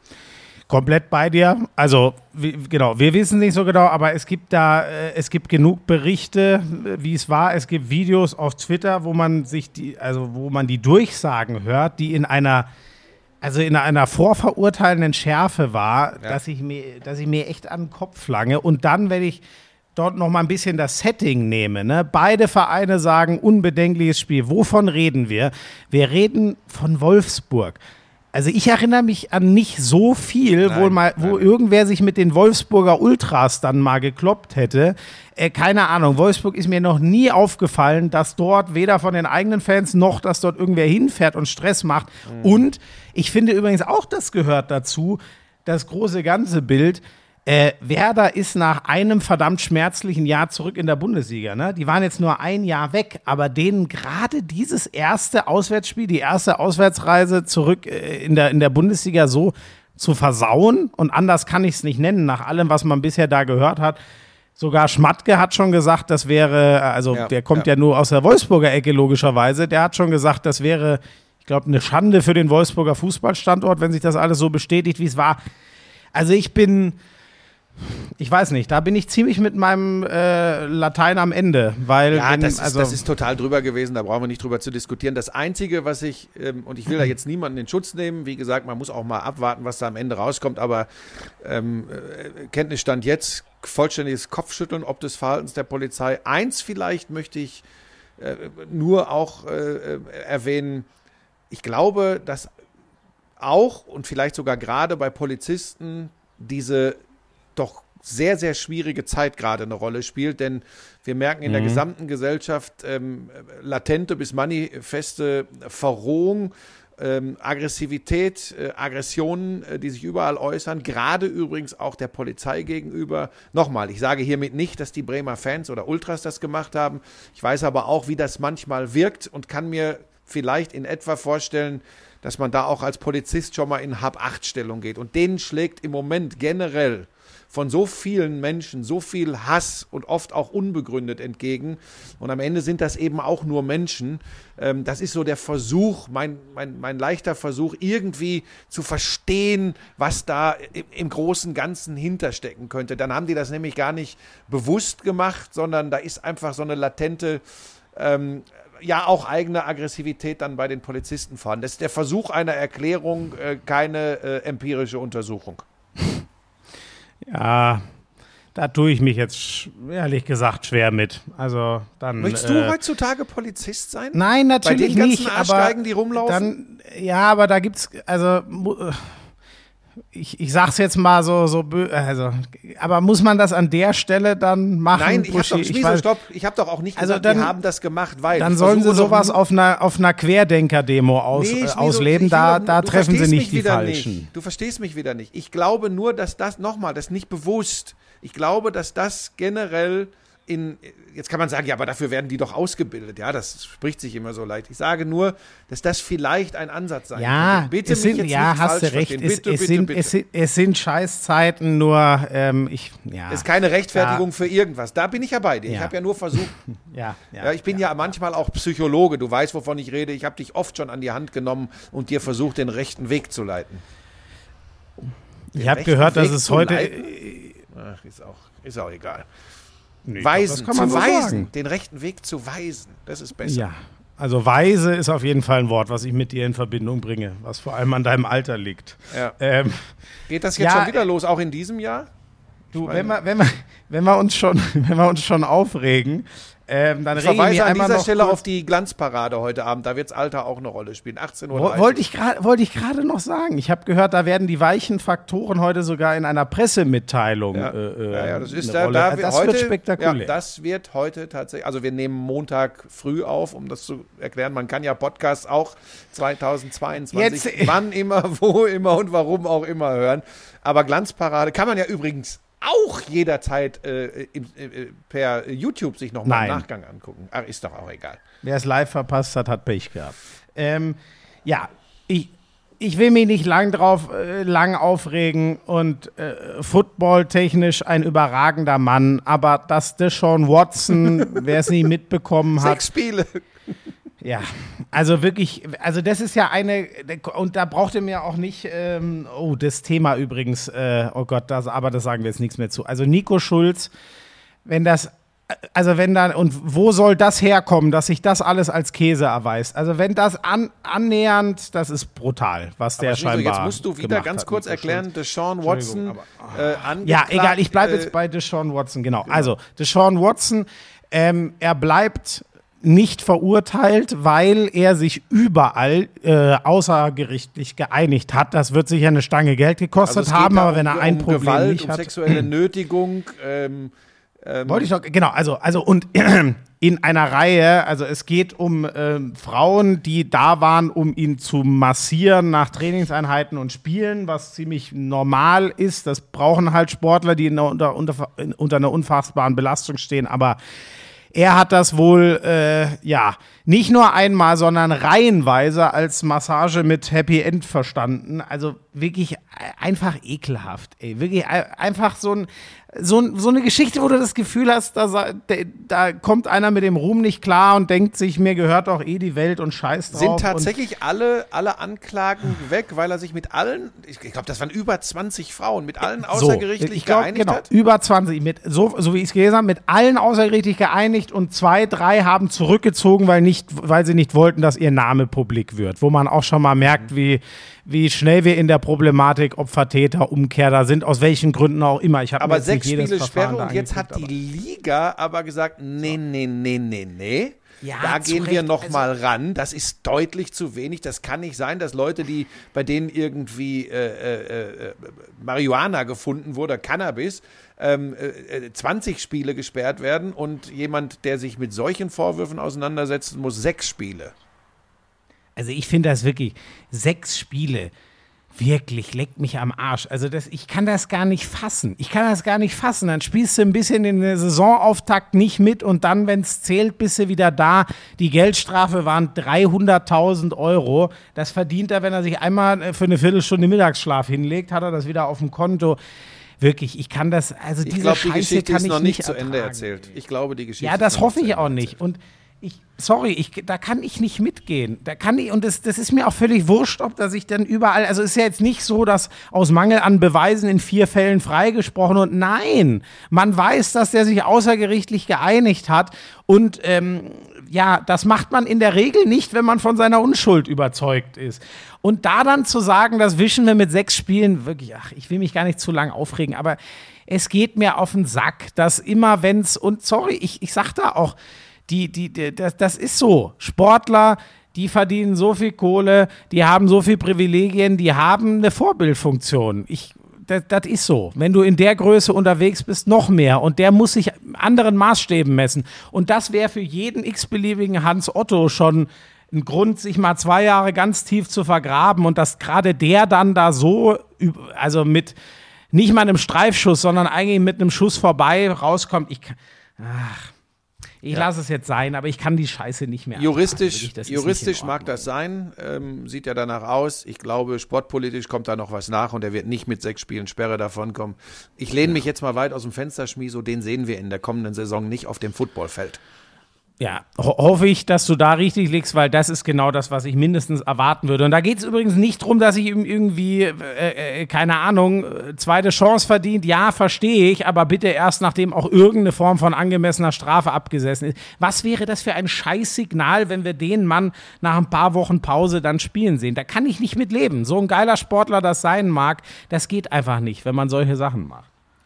Komplett bei dir. Also, wie, genau, wir wissen nicht so genau, aber es gibt da, äh, es gibt genug Berichte, äh, wie es war. Es gibt Videos auf Twitter, wo man sich die, also wo man die Durchsagen hört, die in einer, also in einer vorverurteilenden Schärfe war, Ja. dass ich mir, dass ich mir echt an den Kopf lange. Und dann, wenn ich dort noch mal ein bisschen das Setting nehme, ne? Beide Vereine sagen, unbedenkliches Spiel. Wovon reden wir? Wir reden von Wolfsburg. Also ich erinnere mich an nicht so viel, Nein, wo, mal, wo nein. irgendwer sich mit den Wolfsburger Ultras dann mal gekloppt hätte. Äh, keine Ahnung, Wolfsburg ist mir noch nie aufgefallen, dass dort weder von den eigenen Fans noch, dass dort irgendwer hinfährt und Stress macht. Mhm. Und ich finde übrigens auch, das gehört dazu, das große ganze Bild. Äh, Werder ist nach einem verdammt schmerzlichen Jahr zurück in der Bundesliga. Ne? Die waren jetzt nur ein Jahr weg, aber denen gerade dieses erste Auswärtsspiel, die erste Auswärtsreise zurück äh, in, der, in der Bundesliga so zu versauen, und anders kann ich es nicht nennen, nach allem, was man bisher da gehört hat. Sogar Schmatke hat schon gesagt, das wäre, also Ja, der kommt ja. ja nur aus der Wolfsburger Ecke logischerweise, der hat schon gesagt, das wäre, ich glaube, eine Schande für den Wolfsburger Fußballstandort, wenn sich das alles so bestätigt, wie es war. Also ich bin... Ich weiß nicht, da bin ich ziemlich mit meinem äh, Latein am Ende, weil Ja, wenn, das, ist, also, das ist total drüber gewesen, da brauchen wir nicht drüber zu diskutieren. Das Einzige, was ich, ähm, und ich will da jetzt niemanden in Schutz nehmen, wie gesagt, man muss auch mal abwarten, was da am Ende rauskommt, aber ähm, äh, Kenntnisstand jetzt, vollständiges Kopfschütteln ob des Verhaltens der Polizei. Eins vielleicht möchte ich äh, nur auch äh, erwähnen, ich glaube, dass auch und vielleicht sogar gerade bei Polizisten diese doch sehr, sehr schwierige Zeit gerade eine Rolle spielt, denn wir merken in der gesamten Gesellschaft ähm, latente bis manifeste Verrohung, ähm, Aggressivität, äh, Aggressionen, äh, die sich überall äußern, gerade übrigens auch der Polizei gegenüber. Nochmal, ich sage hiermit nicht, dass die Bremer Fans oder Ultras das gemacht haben. Ich weiß aber auch, wie das manchmal wirkt und kann mir vielleicht in etwa vorstellen, dass man da auch als Polizist schon mal in Hab-Acht-Stellung geht. Und denen schlägt im Moment generell von so vielen Menschen so viel Hass und oft auch unbegründet entgegen. Und am Ende sind das eben auch nur Menschen. Ähm, das ist so der Versuch, mein, mein, mein leichter Versuch, irgendwie zu verstehen, was da im, im großen Ganzen hinterstecken könnte. Dann haben die das nämlich gar nicht bewusst gemacht, sondern da ist einfach so eine latente, ähm, ja auch eigene Aggressivität dann bei den Polizisten vorhanden. Das ist der Versuch einer Erklärung, äh, keine äh, empirische Untersuchung. ja, da tue ich mich jetzt sch- ehrlich gesagt schwer mit. Also dann. Möchtest äh, du heutzutage Polizist sein? Nein, Bei natürlich den ganzen nicht. Aber Arschgeigen, die rumlaufen? dann, ja, aber da gibt's, also mu- äh, ich, ich sag's jetzt mal so, so bö- also, aber muss man das an der Stelle dann machen? Nein, ich habe Buschi? doch, Ich Schmieso, weiß- stopp, ich habe doch auch nicht Also gesagt, dann- die haben das gemacht, weil Dann ich sollen sie versuche doch sowas nur- auf einer, auf einer Querdenker-Demo aus, Nee, äh, Schmieso, ausleben. ich will Da, doch- da du treffen sie verstehst nicht mich die wieder Falschen. Nicht. Du verstehst mich wieder nicht. Ich glaube nur, dass das, nochmal, das ist nicht bewusst. Ich glaube, dass das generell in, jetzt kann man sagen, ja, aber dafür werden die doch ausgebildet. Ja, das spricht sich immer so leicht. Ich sage nur, dass das vielleicht ein Ansatz sein Ja, könnte. Bitte es mich sind, jetzt ja, nicht hast falsch du recht. verstehen. Es, Bitte, es, bitte, sind, bitte. Es, sind, es sind Scheißzeiten, nur ähm, ich, ja. Das ist keine Rechtfertigung Ja. für irgendwas. Da bin ich ja bei dir. Ich Ja. habe ja nur versucht, ja, ja, ich bin ja, manchmal auch Psychologe. Du weißt, wovon ich rede. Ich habe dich oft schon an die Hand genommen und dir versucht, den rechten Weg zu leiten. Ich habe rechten gehört, dass Weg es zu heute. leiten? Ach, ist auch, ist auch egal. Nee, Weisen, das kann man zu so weisen, sagen. den rechten Weg zu weisen, das ist besser. Ja, also weise ist auf jeden Fall ein Wort, was ich mit dir in Verbindung bringe, was vor allem an deinem Alter liegt. Ja. Ähm, Geht das jetzt Ja, schon wieder los, auch in diesem Jahr? Du, wenn wir, wenn wir, wenn wir uns schon, wenn wir uns schon aufregen, ähm, dann Ich regen verweise wir an einmal dieser noch Stelle kurz- auf die Glanzparade heute Abend. Da wirds Alter auch eine Rolle spielen. achtzehn Uhr Wo- dreißig. Wollte ich gerade wollte ich gerade noch sagen. Ich habe gehört, da werden die weichen Faktoren heute sogar in einer Pressemitteilung. Ja, Äh, äh, ja, ja, das ist eine da, Rolle. da Also das heute, wird spektakulär. Ja, das wird heute tatsächlich. Also wir nehmen Montag früh auf, um das zu erklären. Man kann ja Podcasts auch zweitausendzweiundzwanzig, Jetzt- wann immer, wo immer und warum auch immer hören. Aber Glanzparade kann man ja übrigens auch jederzeit äh, im, äh, per YouTube sich nochmal im Nein. Nachgang angucken. Ach, ist doch auch egal. Wer es live verpasst hat, hat Pech gehabt. Ähm, ja, ich, ich will mich nicht lang drauf äh, lang aufregen und äh, footballtechnisch ein überragender Mann, aber dass Deshaun Watson, wer es nie mitbekommen hat, Sechs Spiele. ja, also wirklich, also das ist ja eine, und da braucht ihr mir auch nicht, ähm, oh, das Thema übrigens, äh, oh Gott, das, aber das sagen wir jetzt nichts mehr zu. Also Nico Schulz, wenn das, also wenn da, und wo soll das herkommen, dass sich das alles als Käse erweist? Also wenn das an, annähernd, das ist brutal, was der Aber Schmizo, scheinbar jetzt musst du wieder gemacht ganz hat, kurz Nico erklären, Schulz. Deshaun Watson Entschuldigung, äh, angeklagt. Ja, egal, ich bleibe äh, jetzt bei Deshaun Watson, genau. Also, Deshaun Watson, ähm, er bleibt nicht verurteilt, weil er sich überall äh, außergerichtlich geeinigt hat. Das wird sicher eine Stange Geld gekostet also es geht haben, da aber um, wenn er ein um Problem Gewalt, nicht um hat. sexuelle Nötigung, ähm, ähm, Wollte ich doch, genau, also, also und in einer Reihe, also es geht um ähm, Frauen, die da waren, um ihn zu massieren nach Trainingseinheiten und Spielen, was ziemlich normal ist. Das brauchen halt Sportler, die in einer, unter, unter, unter einer unfassbaren Belastung stehen, aber er hat das wohl, äh, ja, nicht nur einmal, sondern reihenweise als Massage mit Happy End verstanden. Also wirklich einfach ekelhaft, ey. Wirklich einfach so ein, so, ein, so eine Geschichte, wo du das Gefühl hast, da, sa- da, da kommt einer mit dem Ruhm nicht klar und denkt sich, mir gehört doch eh die Welt und scheiß drauf. sind tatsächlich alle, alle Anklagen weg, weil er sich mit allen, ich glaube, das waren über zwanzig Frauen, mit allen außergerichtlich ich glaub, geeinigt genau, hat? Über zwanzig, mit, so, so wie ich es gelesen habe, mit allen außergerichtlich geeinigt und zwei, drei haben zurückgezogen, weil, nicht, weil sie nicht wollten, dass ihr Name publik wird. Wo man auch schon mal merkt, wie, wie schnell wir in der Problematik Opfer-Täter-Umkehr da sind, aus welchen Gründen auch immer. Ich habe mir Aber jetzt nicht sechs jedes Spiele Verfahren Sperre da und jetzt hat angeguckt, die Liga aber gesagt, nee, nee, nee, nee, nee. Ja, da zu gehen wir Recht. noch Also- mal ran. Das ist deutlich zu wenig. Das kann nicht sein, dass Leute, die bei denen irgendwie äh, äh, äh, Marihuana gefunden wurde, Cannabis, ähm, äh, zwanzig Spiele gesperrt werden und jemand, der sich mit solchen Vorwürfen auseinandersetzt, muss sechs Spiele. Also ich finde das wirklich, sechs Spiele, wirklich, leckt mich am Arsch. Also das, ich kann das gar nicht fassen. Ich kann das gar nicht fassen. Dann spielst du ein bisschen in der Saisonauftakt nicht mit und dann, wenn es zählt, bist du wieder da. Die Geldstrafe waren dreihunderttausend Euro. Das verdient er, wenn er sich einmal für eine Viertelstunde Mittagsschlaf hinlegt, hat er das wieder auf dem Konto. Wirklich, ich kann das, also Ich diese glaube, die Scheiße Geschichte kann ist ich noch nicht nicht zu Ende ertragen. erzählt. Ich glaube, die Geschichte Ja, ist das noch hoffe zu ich Ende auch erzählt. nicht. Und ich, sorry, ich, da kann ich nicht mitgehen. Da kann ich, und das, das ist mir auch völlig wurscht, ob da sich dann überall, also ist ja jetzt nicht so, dass aus Mangel an Beweisen in vier Fällen freigesprochen und nein, man weiß, dass der sich außergerichtlich geeinigt hat und ähm, ja, das macht man in der Regel nicht, wenn man von seiner Unschuld überzeugt ist. Und da dann zu sagen, das wischen wir mit sechs Spielen, wirklich, ach, ich will mich gar nicht zu lang aufregen, aber es geht mir auf den Sack, dass immer wenn's, und sorry, ich, ich sag da auch, die, die, die, das, das ist so, Sportler, die verdienen so viel Kohle, die haben so viel Privilegien, die haben eine Vorbildfunktion. Ich, das, das ist so. Wenn du in der Größe unterwegs bist, noch mehr. Und der muss sich anderen Maßstäben messen. Und das wäre für jeden x-beliebigen Hans Otto schon ein Grund, sich mal zwei Jahre ganz tief zu vergraben. Und dass gerade der dann da so, also mit nicht mal einem Streifschuss, sondern eigentlich mit einem Schuss vorbei rauskommt. Ich kann, ach, ich Ja. lasse es jetzt sein, aber ich kann die Scheiße nicht mehr. Juristisch, ertragen, wirklich. Das ist juristisch nicht in mag Ordnung. das sein, ähm, sieht ja danach aus. Ich glaube, sportpolitisch kommt da noch was nach und er wird nicht mit sechs Spielen Sperre davonkommen. Ich lehne mich jetzt mal weit aus dem Fenster, Schmieso, den sehen wir in der kommenden Saison nicht auf dem Footballfeld. Ja, ho hoffe ich, dass du da richtig liegst, weil das ist genau das, was ich mindestens erwarten würde. Und da geht es übrigens nicht darum, dass ich ihm irgendwie, äh, äh, keine Ahnung, äh, zweite Chance verdient. Ja, verstehe ich, aber bitte erst, nachdem auch irgendeine Form von angemessener Strafe abgesessen ist. Was wäre das für ein Scheißsignal, wenn wir den Mann nach ein paar Wochen Pause dann spielen sehen? Da kann ich nicht mit leben. So ein geiler Sportler das sein mag, das geht einfach nicht, wenn man solche Sachen macht. Ja.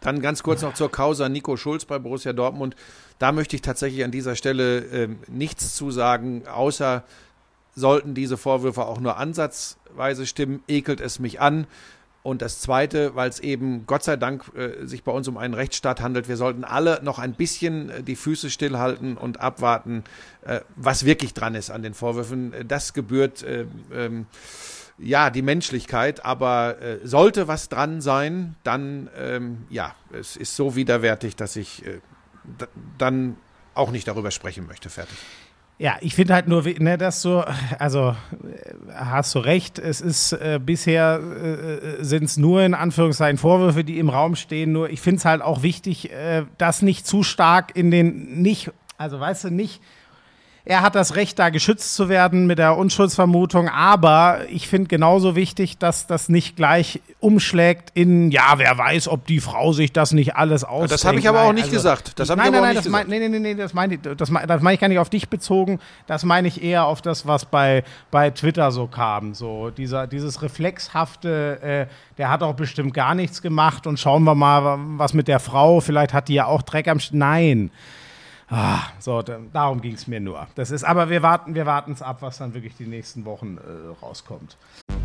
Dann ganz kurz noch zur Causa Nico Schulz bei Borussia Dortmund. Da möchte ich tatsächlich an dieser Stelle äh, nichts zu sagen, außer sollten diese Vorwürfe auch nur ansatzweise stimmen, ekelt es mich an. Und das Zweite, weil es eben Gott sei Dank äh, sich bei uns um einen Rechtsstaat handelt, wir sollten alle noch ein bisschen äh, die Füße stillhalten und abwarten, äh, was wirklich dran ist an den Vorwürfen. Das gebührt äh, ähm, ja die Menschlichkeit, aber äh, sollte was dran sein, dann ähm, ja, es ist so widerwärtig, dass ich äh, d- dann auch nicht darüber sprechen möchte. Fertig. Ja, ich finde halt nur, ne, dass so, also äh, hast du recht, es ist äh, bisher äh, sind es nur in Anführungszeichen Vorwürfe, die im Raum stehen, nur ich finde es halt auch wichtig, äh, das nicht zu stark in den, nicht, also weißt du, nicht, er hat das Recht, da geschützt zu werden mit der Unschuldsvermutung, aber ich finde genauso wichtig, dass das nicht gleich umschlägt in, ja, wer weiß, ob die Frau sich das nicht alles ausdenkt. Das habe ich aber Nein, auch nicht also, gesagt. Das habe nein, ich aber nein, auch nein, nicht das gesagt. mein, nee, nee, nee, das meine ich, das mein, das mein ich gar nicht auf dich bezogen, das meine ich eher auf das, was bei, bei Twitter so kam. So, dieser, dieses reflexhafte, äh, der hat auch bestimmt gar nichts gemacht und schauen wir mal, was mit der Frau, vielleicht hat die ja auch Dreck am St- Nein. Ah, so, da, darum ging es mir nur. Das ist, aber wir warten, wir warten es ab, was dann wirklich die nächsten Wochen äh, rauskommt.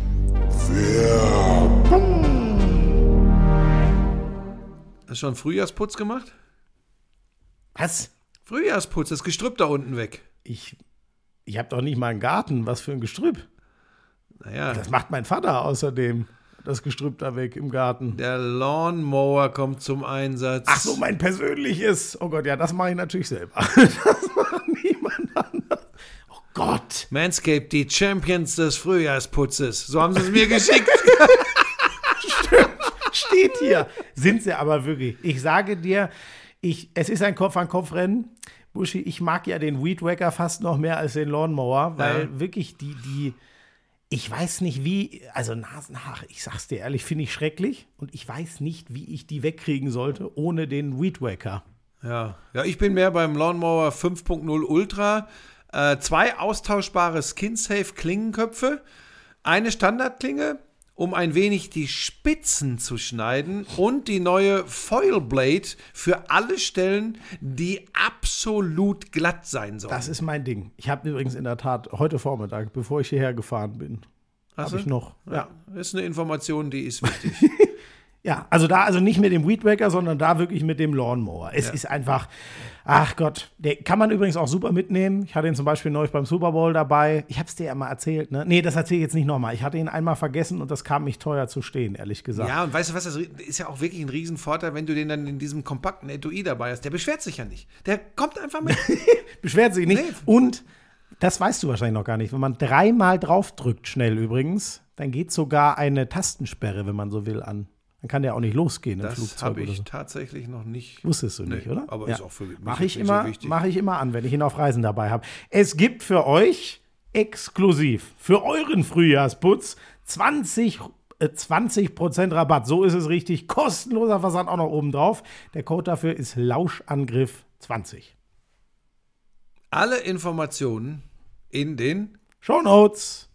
Hast du schon Frühjahrsputz gemacht? Was? Frühjahrsputz, das Gestrüpp da unten weg. Ich, ich habe doch nicht mal einen Garten. Was für ein Gestrüpp? Naja, Das macht mein Vater außerdem. Das Gestrüpp da weg im Garten. der Lawnmower kommt zum Einsatz. Ach so, mein persönliches. Oh Gott, ja, das mache ich natürlich selber. Das macht niemand anders. Oh Gott. Manscaped, die Champions des Frühjahrsputzes. So haben sie es mir geschickt. Steht hier. Sind sie aber wirklich. Ich sage dir, ich, es ist ein Kopf-an-Kopf-Rennen. Buschi, ich mag ja den Weed Wacker fast noch mehr als den Lawnmower, weil Ja. wirklich die, die, ich weiß nicht wie, also Nasenhaare, ich sag's dir ehrlich, finde ich schrecklich und ich weiß nicht, wie ich die wegkriegen sollte ohne den Weed Wacker. Ja. ja, ich bin mehr beim Lawnmower fünf Punkt null Ultra. Äh, zwei austauschbare Skin-Safe-Klingenköpfe, eine Standardklinge, um ein wenig die Spitzen zu schneiden und die neue Foil Blade für alle Stellen, die absolut glatt sein sollen. Das ist mein Ding. Ich habe übrigens in der Tat heute Vormittag, bevor ich hierher gefahren bin, Hast habe du? ich noch, ja. Ja, ist eine Information, die ist wichtig. Ja, also da, also nicht mit dem Weed Wacker, sondern da wirklich mit dem Lawnmower. Es Ja. ist einfach, ach Gott, der kann man übrigens auch super mitnehmen. Ich hatte ihn zum Beispiel neulich beim Super Bowl dabei. Ich habe es dir ja mal erzählt, ne? Nee, das erzähle ich jetzt nicht nochmal. Ich hatte ihn einmal vergessen und das kam mich teuer zu stehen, ehrlich gesagt. Ja, und weißt du was, das ist ja auch wirklich ein Riesenvorteil, wenn du den dann in diesem kompakten Etui dabei hast. Der beschwert sich ja nicht. Der kommt einfach mit. Beschwert sich nicht. Nee. Und, das weißt du wahrscheinlich noch gar nicht, wenn man dreimal draufdrückt, schnell übrigens, dann geht sogar eine Tastensperre, wenn man so will, an. Dann kann der auch nicht losgehen im Das Flugzeug habe oder ich so. tatsächlich noch nicht. Wusstest du Nee, nicht, oder? aber ist auch für mich Mache ich, jetzt nicht immer, so wichtig. mach ich immer an, wenn ich ihn auf Reisen dabei habe. Es gibt für euch exklusiv für euren Frühjahrsputz zwanzig äh, zwanzig Prozent Rabatt. So ist es richtig. Kostenloser Versand auch noch oben drauf. Der Code dafür ist Lauschangriff zwanzig. Alle Informationen in den Shownotes.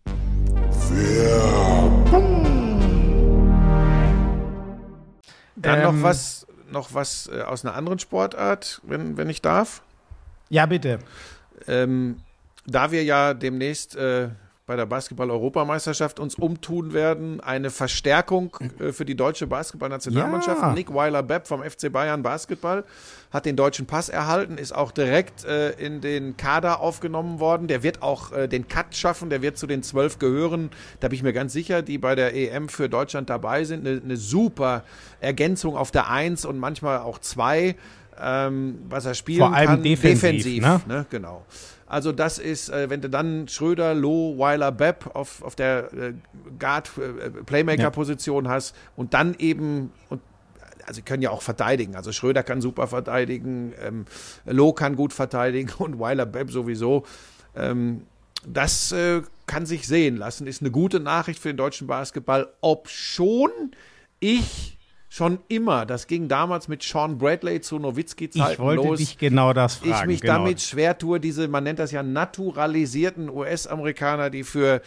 Dann Ähm, noch was, noch was äh, aus einer anderen Sportart, wenn, wenn ich darf. Ja, bitte. Ähm, da wir ja demnächst äh, bei der Basketball-Europameisterschaft uns umtun werden, eine Verstärkung äh, für die deutsche Basketballnationalmannschaft. Ja. Nick Weiler-Bepp vom F C Bayern Basketball hat den deutschen Pass erhalten, ist auch direkt äh, in den Kader aufgenommen worden. Der wird auch äh, den Cut schaffen, der wird zu den zwölf gehören. Da bin ich mir ganz sicher, die bei der E M für Deutschland dabei sind. Eine, eine super Ergänzung auf der Eins und manchmal auch zwei, ähm, was er spielen Vor allem kann. defensiv, ne? ne? Genau. Also das ist, äh, wenn du dann Schröder, Loh, Weiler, Bepp auf, auf der äh, Guard-Playmaker-Position hast und dann eben, und, also sie können ja auch verteidigen, also Schröder kann super verteidigen, ähm, Loh kann gut verteidigen und Weiler, Bepp sowieso. Ähm, das äh, kann sich sehen lassen, ist eine gute Nachricht für den deutschen Basketball, obschon ich schon immer, das ging damals mit Sean Bradley zu Nowitzki-Zeiten Ich wollte los. dich genau das fragen. Ich mich genau. damit schwer tue, diese, man nennt das ja naturalisierten U S-Amerikaner, die für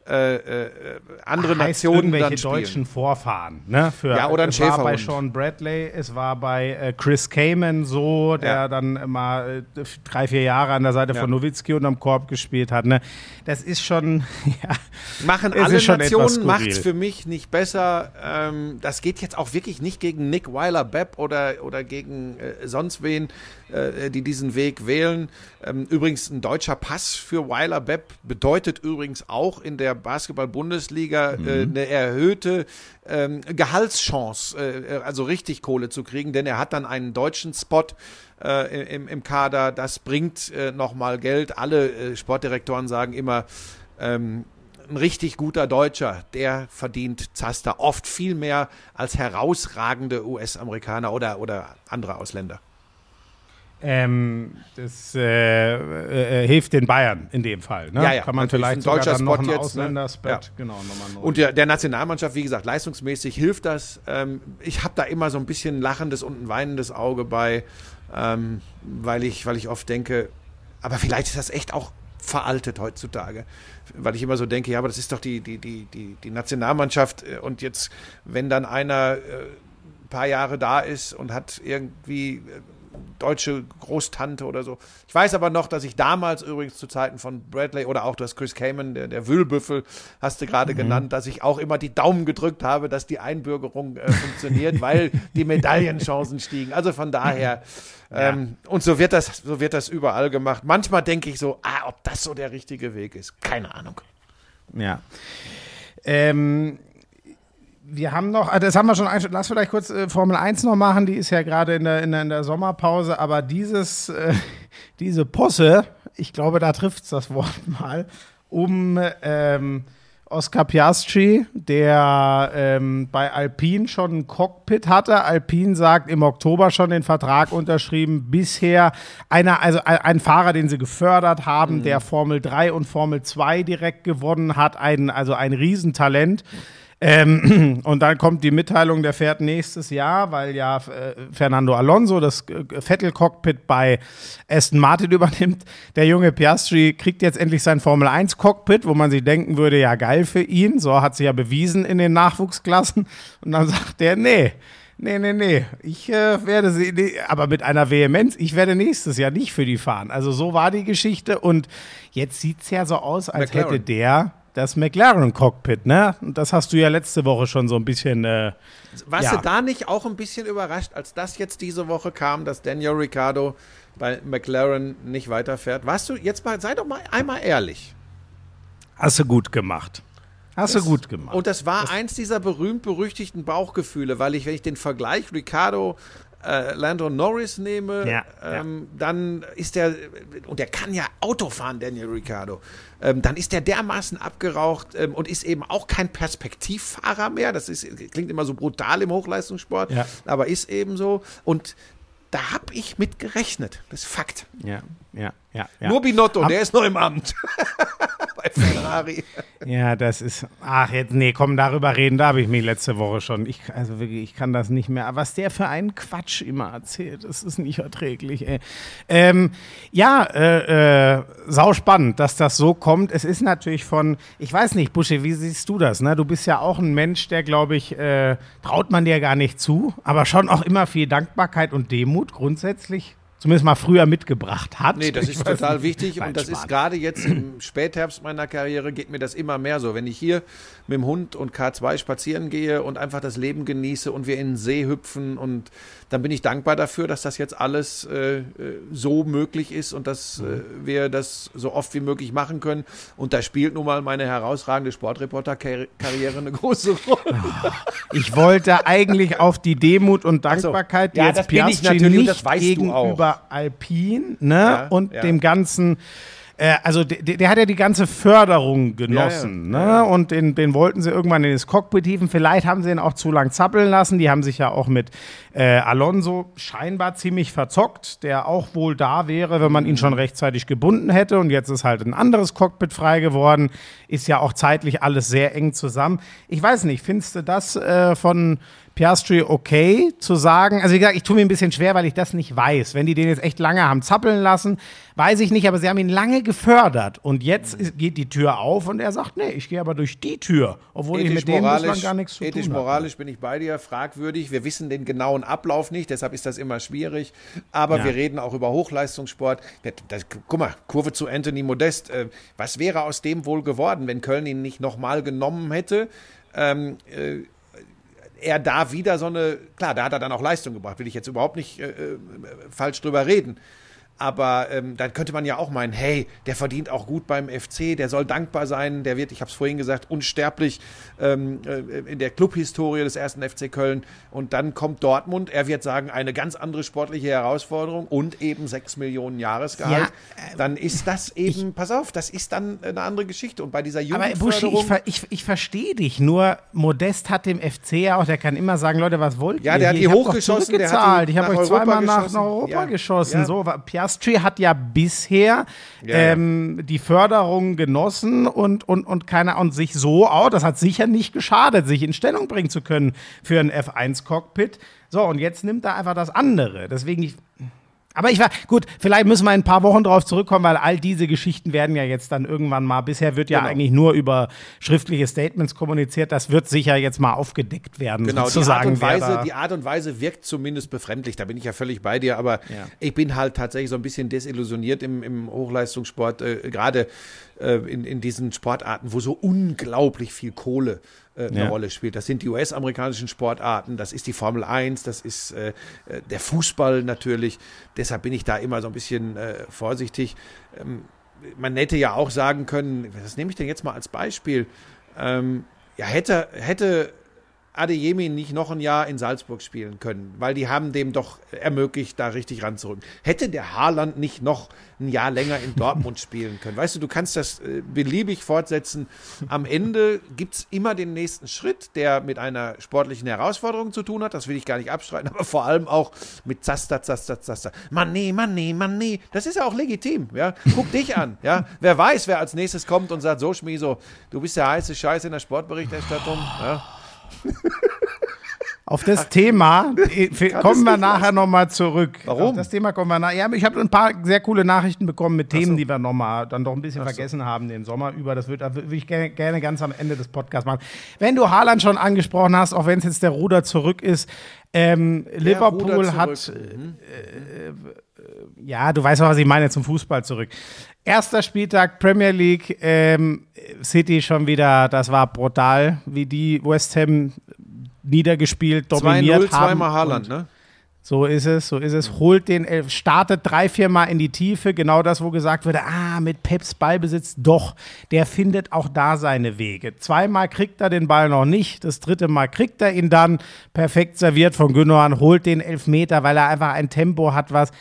äh, äh, andere heißt Nationen irgendwelche dann spielen. deutschen Vorfahren, ne? Für, Ja, oder ein es war bei Schäferhund. Sean Bradley, es war bei äh, Chris Kaman so, der Ja. dann immer äh, drei, vier Jahre an der Seite Ja. von Nowitzki unterm Korb gespielt hat, ne? Das ist schon, ja, Machen es alle ist schon etwas Nationen, skurril. macht's für mich nicht besser. Ähm, das geht jetzt auch wirklich nicht gegen Nick Weiler-Bepp oder, oder gegen äh, sonst wen, äh, die diesen Weg wählen. Ähm, übrigens, ein deutscher Pass für Weiler-Bepp bedeutet übrigens auch in der Basketball-Bundesliga Mhm. äh, eine erhöhte ähm, Gehaltschance, äh, also richtig Kohle zu kriegen, denn er hat dann einen deutschen Spot äh, im, im Kader. Das bringt äh, nochmal Geld. Alle äh, Sportdirektoren sagen immer, ähm, ein richtig guter Deutscher, der verdient Zaster oft viel mehr als herausragende U S-Amerikaner oder, oder andere Ausländer. Ähm, das äh, äh, hilft den Bayern in dem Fall. Ne? Ja, ja, Kann man natürlich. vielleicht Ein sogar deutscher dann noch Spot einen jetzt, ne? Ausländerspot, Ja. genau, nochmal neu. Und der, der Nationalmannschaft, wie gesagt, leistungsmäßig hilft das. Ähm, ich habe da immer so ein bisschen ein lachendes und ein weinendes Auge bei, ähm, weil, ich, weil ich oft denke, aber vielleicht ist das echt auch veraltet heutzutage. Weil ich immer so denke, ja, aber das ist doch die, die, die, die, die Nationalmannschaft äh, und jetzt, wenn dann einer äh, ein paar Jahre da ist und hat irgendwie äh, deutsche Großtante oder so. Ich weiß aber noch, dass ich damals übrigens zu Zeiten von Bradley oder auch, du hast Chris Kaman, der, der Wühlbüffel, hast du gerade mhm. genannt, dass ich auch immer die Daumen gedrückt habe, dass die Einbürgerung äh, funktioniert, weil die Medaillenchancen stiegen. Also von daher, ähm, ja. und so wird das, so wird das überall gemacht. Manchmal denke ich so, ah, ob das so der richtige Weg ist. Keine Ahnung. Ja. Ähm, wir haben noch, das haben wir schon, lass vielleicht kurz äh, Formel eins noch machen, die ist ja gerade in der, in, der, in der Sommerpause, aber dieses, äh, diese Posse, ich glaube, da trifft es das Wort mal, um ähm, Oscar Piastri, der ähm, bei Alpine schon ein Cockpit hatte. Alpine sagt im Oktober schon den Vertrag unterschrieben. Bisher einer, also ein Fahrer, den sie gefördert haben, mhm. der Formel drei und Formel zwei direkt gewonnen hat, ein, also ein Riesentalent. Ähm, und dann kommt die Mitteilung, der fährt nächstes Jahr, weil ja äh, Fernando Alonso das äh, Vettel-Cockpit bei Aston Martin übernimmt. Der junge Piastri kriegt jetzt endlich sein Formel eins Cockpit, wo man sich denken würde, ja geil für ihn. So hat sich ja bewiesen in den Nachwuchsklassen. Und dann sagt der, nee, nee, nee, nee, ich äh, werde sie, nee, aber mit einer Vehemenz, ich werde nächstes Jahr nicht für die fahren. Also so war die Geschichte und jetzt sieht es ja so aus, als McLaren. hätte der das McLaren-Cockpit, ne? Und das hast du ja letzte Woche schon so ein bisschen äh, Warst ja. du da nicht auch ein bisschen überrascht, als das jetzt diese Woche kam, dass Daniel Ricciardo bei McLaren nicht weiterfährt? Warst du jetzt mal, sei doch mal einmal ehrlich. Hast du gut gemacht. Hast das, du gut gemacht. Und das war das eins dieser berühmt-berüchtigten Bauchgefühle, weil ich, wenn ich den Vergleich Ricciardo Äh, Lando Norris nehme, ja, ähm, ja. dann ist der, und der kann ja Auto fahren, Daniel Ricciardo, ähm, dann ist der dermaßen abgeraucht ähm, und ist eben auch kein Perspektivfahrer mehr. Das ist, klingt immer so brutal im Hochleistungssport, ja. aber ist eben so. Und da habe ich mit gerechnet. Das ist Fakt. Ja, ja, ja. ja. Nur Binotto, Am- der ist noch im Amt. Bei Ferrari. Ja, das ist, ach jetzt, nee, komm, darüber reden, da habe ich mich letzte Woche schon, ich, also wirklich, ich kann das nicht mehr, aber was der für einen Quatsch immer erzählt, das ist nicht erträglich, ey. Ähm, ja, äh, äh, sau spannend, dass das so kommt, es ist natürlich von, ich weiß nicht, Buschi, wie siehst du das, ne, du bist ja auch ein Mensch, der, glaube ich, äh, traut man dir gar nicht zu, aber schon auch immer viel Dankbarkeit und Demut grundsätzlich zumindest mal früher mitgebracht hat. Nee, das Ich ist weiß total nicht. wichtig Nein, und das Schmarrn. ist gerade jetzt im Spätherbst meiner Karriere geht mir das immer mehr so. Wenn ich hier mit dem Hund und K zwei spazieren gehe und einfach das Leben genieße und wir in den See hüpfen und dann bin ich dankbar dafür, dass das jetzt alles äh, so möglich ist und dass äh, wir das so oft wie möglich machen können. Und da spielt nun mal meine herausragende Sportreporter-Karriere eine große Rolle. Ich wollte eigentlich auf die Demut und Dankbarkeit, die Ja, jetzt das bin ich Piastri natürlich und nicht das weißt du auch. gegenüber Alpine, ne, Ja, und ja. dem ganzen, äh, also der, der hat ja die ganze Förderung genossen, Ja, ja, ja. ne, und den, den wollten sie irgendwann in das Cockpit hieven, vielleicht haben sie ihn auch zu lang zappeln lassen, die haben sich ja auch mit äh, Alonso scheinbar ziemlich verzockt, der auch wohl da wäre, wenn man ihn schon rechtzeitig gebunden hätte und jetzt ist halt ein anderes Cockpit frei geworden, ist ja auch zeitlich alles sehr eng zusammen. Ich weiß nicht, findest du das äh, von Piastri okay zu sagen, also wie gesagt, ich tue mir ein bisschen schwer, weil ich das nicht weiß. Wenn die den jetzt echt lange haben zappeln lassen, weiß ich nicht, aber sie haben ihn lange gefördert. Und jetzt ist, geht die Tür auf und er sagt, nee, ich gehe aber durch die Tür. Obwohl ich mit dem bislang gar nichts zu tun habe. Ethisch, moralisch bin ich bei dir, fragwürdig. Wir wissen den genauen Ablauf nicht, deshalb ist das immer schwierig. Aber Ja. wir reden auch über Hochleistungssport. Das, guck mal, Kurve zu Anthony Modest. Äh, was wäre aus dem wohl geworden, wenn Köln ihn nicht nochmal genommen hätte? Ähm, äh, er da wieder so eine, klar, da hat er dann auch Leistung gebracht, will ich jetzt überhaupt nicht äh, äh, falsch drüber reden. Aber ähm, dann könnte man ja auch meinen, hey, der verdient auch gut beim F C, der soll dankbar sein, der wird, ich habe es vorhin gesagt, unsterblich ähm, äh, in der Clubhistorie des ersten F C Köln. Und dann kommt Dortmund, er wird sagen, eine ganz andere sportliche Herausforderung und eben sechs Millionen Jahresgehalt. Ja, äh, dann ist das eben, pass auf, das ist dann eine andere Geschichte. Und bei dieser Aber Buschi, Jugendförderung... ich, ver- ich, ich verstehe dich, nur Modest hat dem F C ja auch, der kann immer sagen, Leute, was wollt Ja, ihr? der hat hier? die Ich hab doch hochgeschossen, der hat die zurückgezahlt. Ich habe nach euch Europa zweimal nach, geschossen. nach Europa Ja, geschossen. ja. So, wa- Piastri hat ja bisher Ja, ähm, die Förderung genossen und, und, und, keine, und sich so auch, das hat sicher nicht geschadet, sich in Stellung bringen zu können für ein F eins Cockpit. So, und jetzt nimmt er einfach das andere. Deswegen, ich, aber ich war, gut, vielleicht müssen wir in ein paar Wochen drauf zurückkommen, weil all diese Geschichten werden ja jetzt dann irgendwann mal, bisher wird ja Genau. eigentlich nur über schriftliche Statements kommuniziert, das wird sicher jetzt mal aufgedeckt werden. Genau, die Art, sozusagen, und wer Weise, da- die Art und Weise wirkt zumindest befremdlich, da bin ich ja völlig bei dir, aber Ja. ich bin halt tatsächlich so ein bisschen desillusioniert im, im Hochleistungssport, äh, gerade äh, in, in diesen Sportarten, wo so unglaublich viel Kohle äh, eine Ja. Rolle spielt. Das sind die U S-amerikanischen Sportarten, das ist die Formel eins, das ist äh, äh, der Fußball natürlich, deshalb bin ich da immer so ein bisschen äh, vorsichtig. Ähm, man hätte ja auch sagen können, was nehme ich denn jetzt mal als Beispiel? Ähm, ja, hätte, hätte Adeyemi nicht noch ein Jahr in Salzburg spielen können, weil die haben dem doch ermöglicht, da richtig ranzurücken. Hätte der Haaland nicht noch ein Jahr länger in Dortmund spielen können? Weißt du, du kannst das äh, beliebig fortsetzen. Am Ende gibt es immer den nächsten Schritt, der mit einer sportlichen Herausforderung zu tun hat. Das will ich gar nicht abstreiten, aber vor allem auch mit Zaster, Zaster, Zaster. Mané, Mané, Mané. Das ist ja auch legitim. Ja? Guck dich an. Ja? Wer weiß, wer als nächstes kommt und sagt, so Schmieso, du bist der heiße Scheiß in der Sportberichterstattung. Ja? Auf das Thema äh, f- kommen wir nachher nochmal zurück. Warum? Auf das Thema kommen wir nachher. Ja, ich habe ein paar sehr coole Nachrichten bekommen mit Themen, so. die wir nochmal dann doch ein bisschen Ach so. vergessen haben den Sommer über. Das würde würd ich gerne, gerne ganz am Ende des Podcasts machen. Wenn du Haaland schon angesprochen hast, auch wenn es jetzt der Ruder zurück ist, ähm, Liverpool Ruder hat, zurück. Mhm. ja, du weißt auch, was ich meine, zum Fußball zurück. Erster Spieltag Premier League, ähm, City schon wieder, das war brutal, wie die West Ham niedergespielt, zwei null, dominiert haben. zweimal Haaland, Und ne? So ist es, so ist es. Holt den, äh, startet drei, vier Mal in die Tiefe. Genau das, wo gesagt wurde, ah, mit Peps Ballbesitz, doch, der findet auch da seine Wege. Zweimal kriegt er den Ball noch nicht, das dritte Mal kriegt er ihn dann, perfekt serviert von Gündogan, holt den Elfmeter, weil er einfach ein Tempo hat, was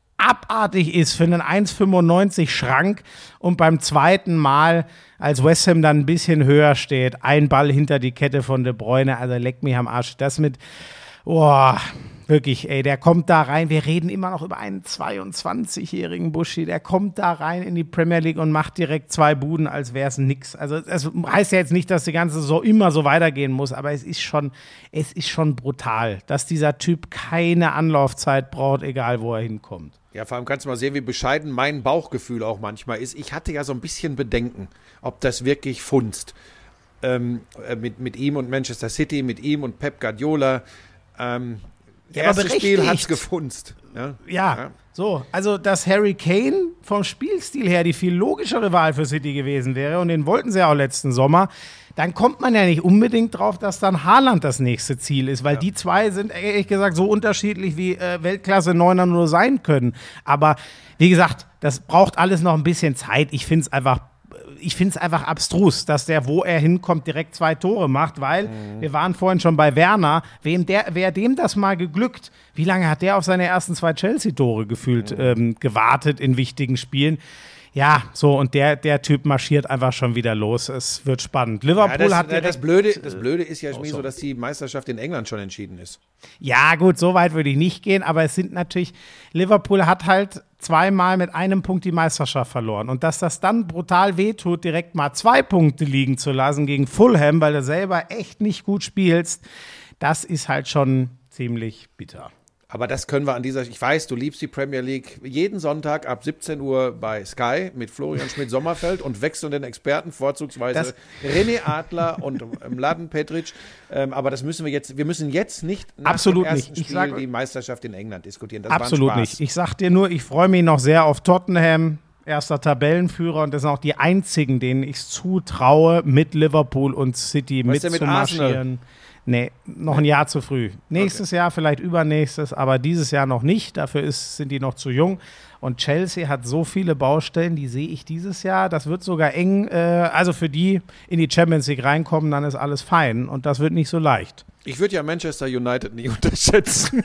abartig ist für einen eins fünfundneunzig Schrank. Und beim zweiten Mal, als West Ham dann ein bisschen höher steht, ein Ball hinter die Kette von De Bruyne, also leck mich am Arsch. Das mit, boah, wirklich, ey, der kommt da rein. Wir reden immer noch über einen zweiundzwanzigjährigen Buschi, der kommt da rein in die Premier League und macht direkt zwei Buden, als wäre es nix. Also es heißt ja jetzt nicht, dass die ganze so immer so weitergehen muss, aber es ist schon, es ist schon brutal, dass dieser Typ keine Anlaufzeit braucht, egal wo er hinkommt. Ja, vor allem kannst du mal sehen, wie bescheiden mein Bauchgefühl auch manchmal ist. Ich hatte ja so ein bisschen Bedenken, ob das wirklich funzt. Ähm, äh, mit, mit ihm und Manchester City, mit ihm und Pep Guardiola. Ähm, Ja, aber erstes Spiel berechtigt. hat's gefunzt. Ja, Ja, Ja. so, also dass Harry Kane vom Spielstil her die viel logischere Wahl für City gewesen wäre und den wollten sie ja auch letzten Sommer, dann kommt man ja nicht unbedingt drauf, dass dann Haaland das nächste Ziel ist, weil die zwei sind ehrlich gesagt so unterschiedlich, wie äh, Weltklasse Neuner nur sein können. Aber wie gesagt, das braucht alles noch ein bisschen Zeit. Ich finde es einfach Ich finde es einfach abstrus, dass der, wo er hinkommt, direkt zwei Tore macht, weil Mhm. wir waren vorhin schon bei Werner. Wem der, wäre dem das mal geglückt? Wie lange hat der auf seine ersten zwei Chelsea-Tore gefühlt Mhm. ähm, gewartet in wichtigen Spielen? Ja, so, und der, der Typ marschiert einfach schon wieder los. Es wird spannend. Liverpool Ja, das, hat äh, direkt, das, Blöde, das Blöde ist ja, Oh, Schmi, so, sorry. dass die Meisterschaft in England schon entschieden ist. Ja, gut, so weit würde ich nicht gehen, aber es sind natürlich, Liverpool hat halt zweimal mit einem Punkt die Meisterschaft verloren. Und dass das dann brutal wehtut, direkt mal zwei Punkte liegen zu lassen gegen Fulham, weil du selber echt nicht gut spielst, das ist halt schon ziemlich bitter. Aber das können wir an dieser, ich weiß, du liebst die Premier League, jeden Sonntag ab siebzehn Uhr bei Sky mit Florian Schmidt-Sommerfeld und wechselnden Experten, vorzugsweise Das- René Adler und ähm, Mladen Petric. Ähm, aber das müssen wir jetzt, wir müssen jetzt nicht nach Absolut dem ersten nicht. Ich Spiel sag- die Meisterschaft in England diskutieren. Das war ein Absolut Spaß. nicht. Ich sag dir nur, ich freue mich noch sehr auf Tottenham, erster Tabellenführer, und das sind auch die einzigen, denen ich es zutraue, mit Liverpool und City Was ist denn mit mitzumarschieren. Nee, noch ein Jahr zu früh. Nächstes Jahr, vielleicht übernächstes, aber dieses Jahr noch nicht. Dafür ist, sind die noch zu jung. Und Chelsea hat so viele Baustellen, die sehe ich dieses Jahr. Das wird sogar eng. Äh, also für die in die Champions League reinkommen, dann ist alles fein. Und das wird nicht so leicht. Ich würde ja Manchester United nicht unterschätzen.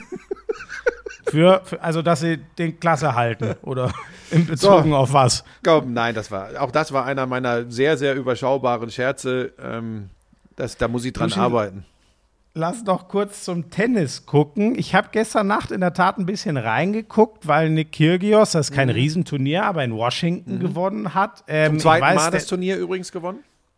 Für, für, also, dass sie den Klasse halten oder in Bezogen So. auf was? Komm, nein, das war, auch das war einer meiner sehr, sehr überschaubaren Scherze. Ähm, das, da muss ich dran Buschi, arbeiten. Lass doch kurz zum Tennis gucken. Ich habe gestern Nacht in der Tat ein bisschen reingeguckt, weil Nick Kyrgios, das ist kein Riesenturnier, aber in Washington gewonnen hat. Ähm, Zum zweiten ich weiß, Mal der- das Turnier übrigens gewonnen.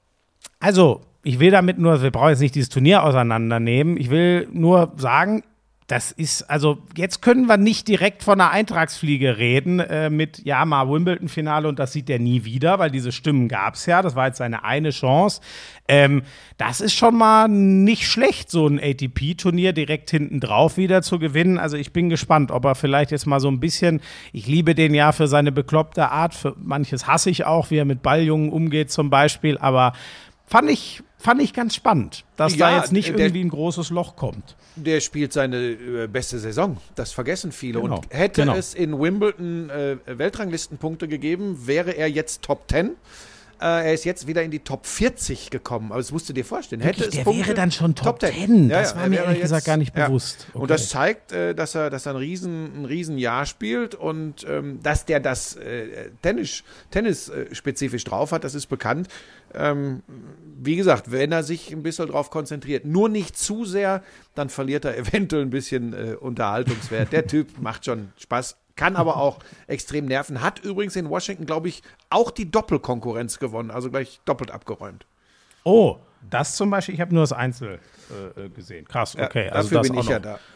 Also, ich will damit nur, wir brauchen jetzt nicht dieses Turnier auseinandernehmen. Ich will nur sagen, das ist, also jetzt können wir nicht direkt von einer Eintragsfliege reden äh, mit, ja, mal Wimbledon-Finale und das sieht er nie wieder, weil diese Stimmen gab es ja. Das war jetzt seine eine Chance. Ähm, das ist schon mal nicht schlecht, so ein A T P-Turnier direkt hinten drauf wieder zu gewinnen. Also ich bin gespannt, ob er vielleicht jetzt mal so ein bisschen, ich liebe den ja für seine bekloppte Art, für manches hasse ich auch, wie er mit Balljungen umgeht zum Beispiel, aber fand ich, fand ich ganz spannend, dass Ja, da jetzt nicht der- irgendwie ein großes Loch kommt. Der spielt seine äh, beste Saison. Das vergessen viele. Genau, Und hätte genau. es in Wimbledon äh, Weltranglistenpunkte gegeben, wäre er jetzt Top zehn. Äh, er ist jetzt wieder in die Top vierzig gekommen. Aber das musst du dir vorstellen. Hätte Wirklich, es der Punkte, wäre dann schon Top zehn. zehn. Das war er mir wäre ehrlich gesagt gar nicht bewusst. Und Okay. das zeigt, äh, dass er, dass er ein riesen, ein riesen Jahr spielt und ähm, dass der das äh, Tennis, Tennis äh, spezifisch drauf hat, das ist bekannt. Ähm, wie gesagt, wenn er sich ein bisschen drauf konzentriert, nur nicht zu sehr, dann verliert er eventuell ein bisschen äh, Unterhaltungswert. Der Typ macht schon Spaß, kann aber auch extrem nerven. Hat übrigens in Washington, glaube ich, auch die Doppelkonkurrenz gewonnen, also gleich doppelt abgeräumt. Oh, das zum Beispiel, ich habe nur das Einzel äh, gesehen. Krass, okay. Ja, also dafür das bin auch ich ja noch. da.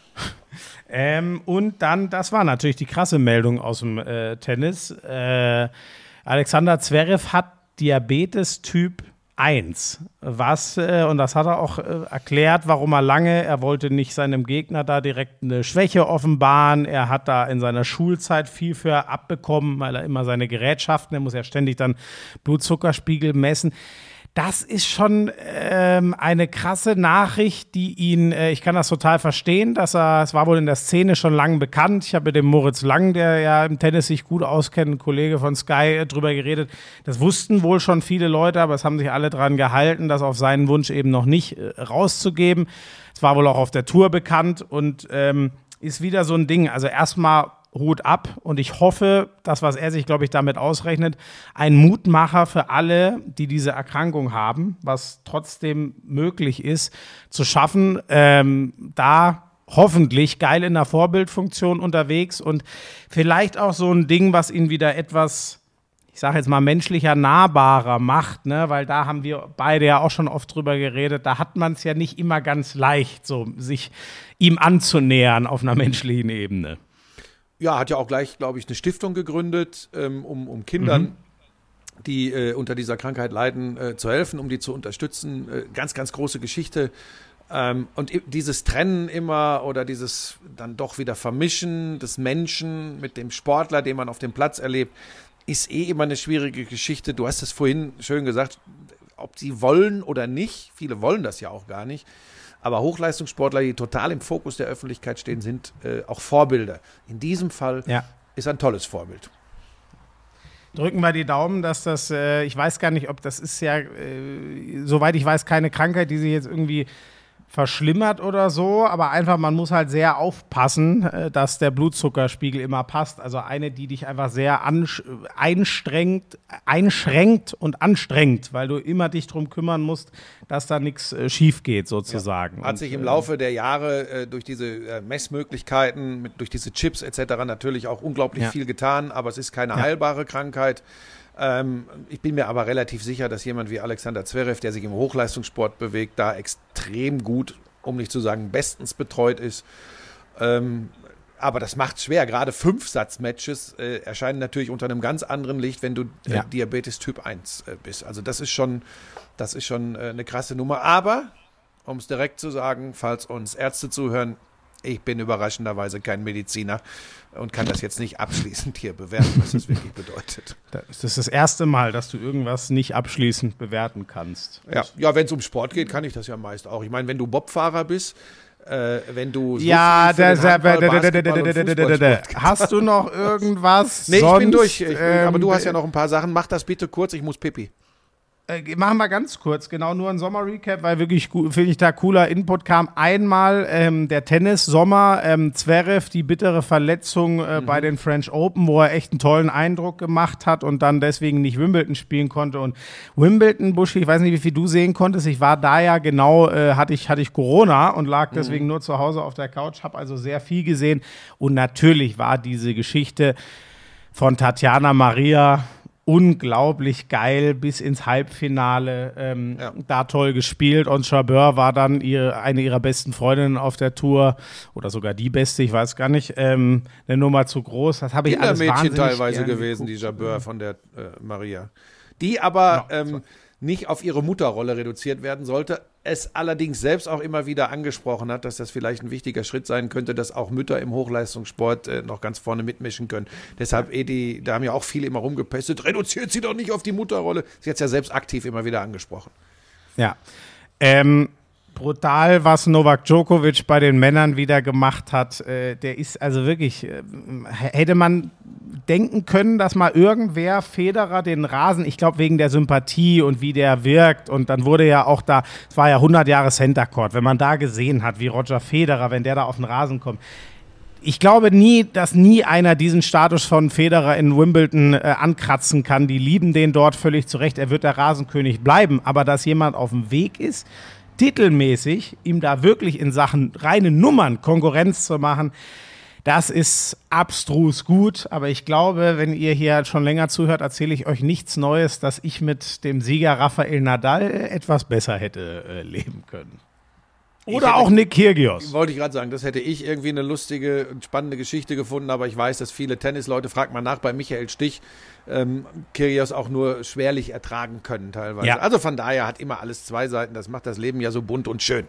Ähm, und dann, das war natürlich die krasse Meldung aus dem äh, Tennis. Äh, Alexander Zverev hat Diabetes Typ eins. Was, äh, und das hat er auch äh, erklärt, warum er lange, er wollte nicht seinem Gegner da direkt eine Schwäche offenbaren. Er hat da in seiner Schulzeit viel für abbekommen, weil er immer seine Gerätschaften, er muss ja ständig dann Blutzuckerspiegel messen. Das ist schon ähm, eine krasse Nachricht, die ihn, äh, ich kann das total verstehen, dass er, es war wohl in der Szene schon lange bekannt. Ich habe mit dem Moritz Lang, der ja im Tennis sich gut auskennt, ein Kollege von Sky, äh, drüber geredet. Das wussten wohl schon viele Leute, aber es haben sich alle dran gehalten, das auf seinen Wunsch eben noch nicht äh, rauszugeben. Es war wohl auch auf der Tour bekannt und ähm, ist wieder so ein Ding. Also erstmal Hut ab und ich hoffe, das, was er sich, glaube ich, damit ausrechnet, ein Mutmacher für alle, die diese Erkrankung haben, was trotzdem möglich ist, zu schaffen, ähm, da hoffentlich geil in der Vorbildfunktion unterwegs und vielleicht auch so ein Ding, was ihn wieder etwas, ich sage jetzt mal, menschlicher, nahbarer macht, ne? Weil da haben wir beide ja auch schon oft drüber geredet, da hat man es ja nicht immer ganz leicht, so sich ihm anzunähern auf einer menschlichen Ebene. Ja, hat ja auch gleich, glaube ich, eine Stiftung gegründet, ähm, um, um Kindern, Mhm. die äh, unter dieser Krankheit leiden, äh, zu helfen, um die zu unterstützen. Äh, ganz, ganz große Geschichte. Ähm, und i- dieses Trennen immer oder dieses dann doch wieder Vermischen des Menschen mit dem Sportler, den man auf dem Platz erlebt, ist eh immer eine schwierige Geschichte. Du hast es vorhin schön gesagt, ob sie wollen oder nicht. Viele wollen das ja auch gar nicht. Aber Hochleistungssportler, die total im Fokus der Öffentlichkeit stehen, sind äh, auch Vorbilder. In diesem Fall Ja. ist ein tolles Vorbild. Drücken wir die Daumen, dass das, äh, ich weiß gar nicht, ob das ist ja, äh, soweit ich weiß, keine Krankheit, die sich jetzt irgendwie verschlimmert oder so, aber einfach, man muss halt sehr aufpassen, äh, dass der Blutzuckerspiegel immer passt. Also eine, die dich einfach sehr ansch- einstrengt, einschränkt und anstrengt, weil du immer dich drum kümmern musst, dass da nichts äh, schief geht sozusagen. Hat Und, sich im äh, Laufe der Jahre äh, durch diese äh, Messmöglichkeiten, mit, durch diese Chips et cetera natürlich auch unglaublich Ja. viel getan, aber es ist keine Ja. heilbare Krankheit. Ähm, ich bin mir aber relativ sicher, dass jemand wie Alexander Zverev, der sich im Hochleistungssport bewegt, da extrem gut, um nicht zu sagen bestens betreut ist. Ähm, aber das macht schwer. Gerade Fünfsatz-Matches äh, erscheinen natürlich unter einem ganz anderen Licht, wenn du äh, Ja. Diabetes Typ eins äh, bist. Also das ist schon, das ist schon äh, eine krasse Nummer. Aber, um es direkt zu sagen, falls uns Ärzte zuhören, ich bin überraschenderweise kein Mediziner und kann das jetzt nicht abschließend hier bewerten, was das wirklich bedeutet. Das ist das erste Mal, dass du irgendwas nicht abschließend bewerten kannst. Ja, ja, wenn es um Sport geht, kann ich das ja meist auch. Ich meine, wenn du Bobfahrer bist, äh, wenn du so Ja, viel für da, den da, Handball, da, da, da, Basketball und da, da, da, Fußballsport- hast du noch irgendwas? Nee, ich sonst, bin durch. Ich bin, aber du ähm, hast ja noch ein paar Sachen. Mach das bitte kurz, ich muss pipi. Äh, machen wir ganz kurz, genau nur ein Sommer-Recap, weil wirklich, gu- finde ich, da cooler Input kam. Einmal ähm, der Tennis-Sommer, ähm, Zverev, die bittere Verletzung äh, bei den French Open, wo er echt einen tollen Eindruck gemacht hat und dann deswegen nicht Wimbledon spielen konnte. Und Wimbledon, Buschi, ich weiß nicht, wie viel du sehen konntest, ich war da ja genau, äh, hatte ich, hatte ich Corona und lag deswegen nur zu Hause auf der Couch, habe also sehr viel gesehen. Und natürlich war diese Geschichte von Tatjana Maria unglaublich geil bis ins Halbfinale, ähm, Ja. da toll gespielt. Und Jabeur war dann ihr, eine ihrer besten Freundinnen auf der Tour oder sogar die beste, ich weiß gar nicht, ähm, eine Nummer zu groß. Das habe ich alles Kindermädchen wahnsinnig teilweise gern gewesen, die geguckt. Jabeur von der äh, Maria. Die aber ähm, nicht auf ihre Mutterrolle reduziert werden sollte. Es allerdings selbst auch immer wieder angesprochen hat, dass das vielleicht ein wichtiger Schritt sein könnte, dass auch Mütter im Hochleistungssport äh, noch ganz vorne mitmischen können. Deshalb, Edi, da haben ja auch viele immer rumgepestet, reduziert sie doch nicht auf die Mutterrolle. Sie hat es ja selbst aktiv immer wieder angesprochen. Ja. Ähm, brutal, was Novak Djokovic bei den Männern wieder gemacht hat. Äh, der ist also wirklich, äh, hätte man denken können, dass mal irgendwer Federer den Rasen, ich glaube wegen der Sympathie und wie der wirkt, und dann wurde ja auch da, es war ja hundert Jahre Center Court, wenn man da gesehen hat, wie Roger Federer, wenn der da auf den Rasen kommt. Ich glaube nie, dass nie einer diesen Status von Federer in Wimbledon äh, ankratzen kann. Die lieben den dort völlig zurecht. Er wird der Rasenkönig bleiben. Aber dass jemand auf dem Weg ist, titelmäßig ihm da wirklich in Sachen reine Nummern Konkurrenz zu machen, das ist abstrus gut. Aber ich glaube, wenn ihr hier schon länger zuhört, erzähle ich euch nichts Neues, dass ich mit dem Sieger Rafael Nadal etwas besser hätte äh, leben können. Oder hätte- auch Nick Kyrgios. Wollte ich gerade sagen, das hätte ich irgendwie eine lustige und spannende Geschichte gefunden, aber ich weiß, dass viele Tennisleute, fragt mal nach bei Michael Stich, ähm, Kyrgios auch nur schwerlich ertragen können teilweise. Ja. Also von daher hat immer alles zwei Seiten, das macht das Leben ja so bunt und schön.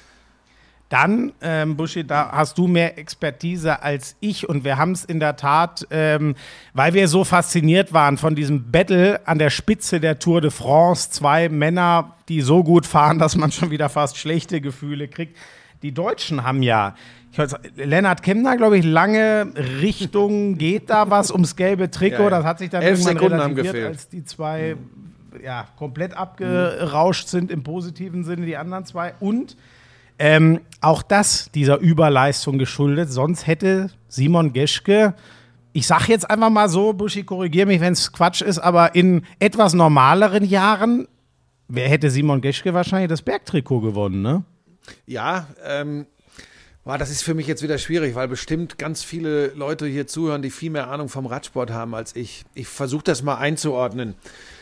Dann, ähm, Buschi, da hast du mehr Expertise als ich, und wir haben es in der Tat, ähm, weil wir so fasziniert waren von diesem Battle an der Spitze der Tour de France, zwei Männer, die so gut fahren, dass man schon wieder fast schlechte Gefühle kriegt. Die Deutschen haben ja, ich weiß, Lennart Kemner, glaube ich, lange Richtung, geht da was ums gelbe Trikot, Ja, ja. das hat sich dann Elf irgendwann Sekunden haben relativiert, gefehlt. als die zwei ja, komplett abgerauscht sind im positiven Sinne, die anderen zwei, und Ähm, auch das dieser Überleistung geschuldet. Sonst hätte Simon Geschke, ich sag jetzt einfach mal so, Buschi, korrigier mich, wenn es Quatsch ist, aber in etwas normaleren Jahren, wer hätte Simon Geschke wahrscheinlich das Bergtrikot gewonnen, ne? Ja, ähm, boah, das ist für mich jetzt wieder schwierig, weil bestimmt ganz viele Leute hier zuhören, die viel mehr Ahnung vom Radsport haben als ich. Ich versuche das mal einzuordnen.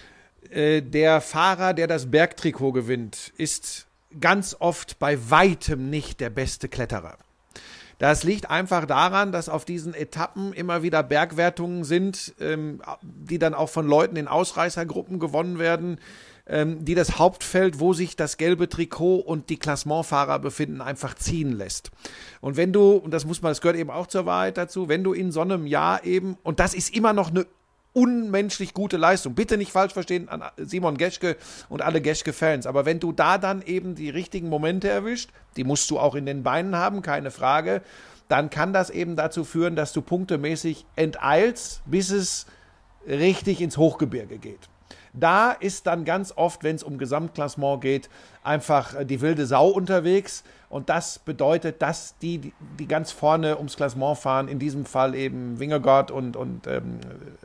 Äh, der Fahrer, der das Bergtrikot gewinnt, ist ganz oft bei weitem nicht der beste Kletterer. Das liegt einfach daran, dass auf diesen Etappen immer wieder Bergwertungen sind, ähm, die dann auch von Leuten in Ausreißergruppen gewonnen werden, ähm, die das Hauptfeld, wo sich das gelbe Trikot und die Klassementfahrer befinden, einfach ziehen lässt. Und wenn du, und das muss man, das gehört eben auch zur Wahrheit dazu, wenn du in so einem Jahr eben, und das ist immer noch eine unmenschlich gute Leistung. Bitte nicht falsch verstehen an Simon Geschke und alle Geschke-Fans. Aber wenn du da dann eben die richtigen Momente erwischt, die musst du auch in den Beinen haben, keine Frage, dann kann das eben dazu führen, dass du punktemäßig enteilst, bis es richtig ins Hochgebirge geht. Da ist dann ganz oft, wenn es um Gesamtklassement geht, einfach die wilde Sau unterwegs. Und das bedeutet, dass die, die, die ganz vorne ums Klassement fahren, in diesem Fall eben Vingegaard und, und ähm,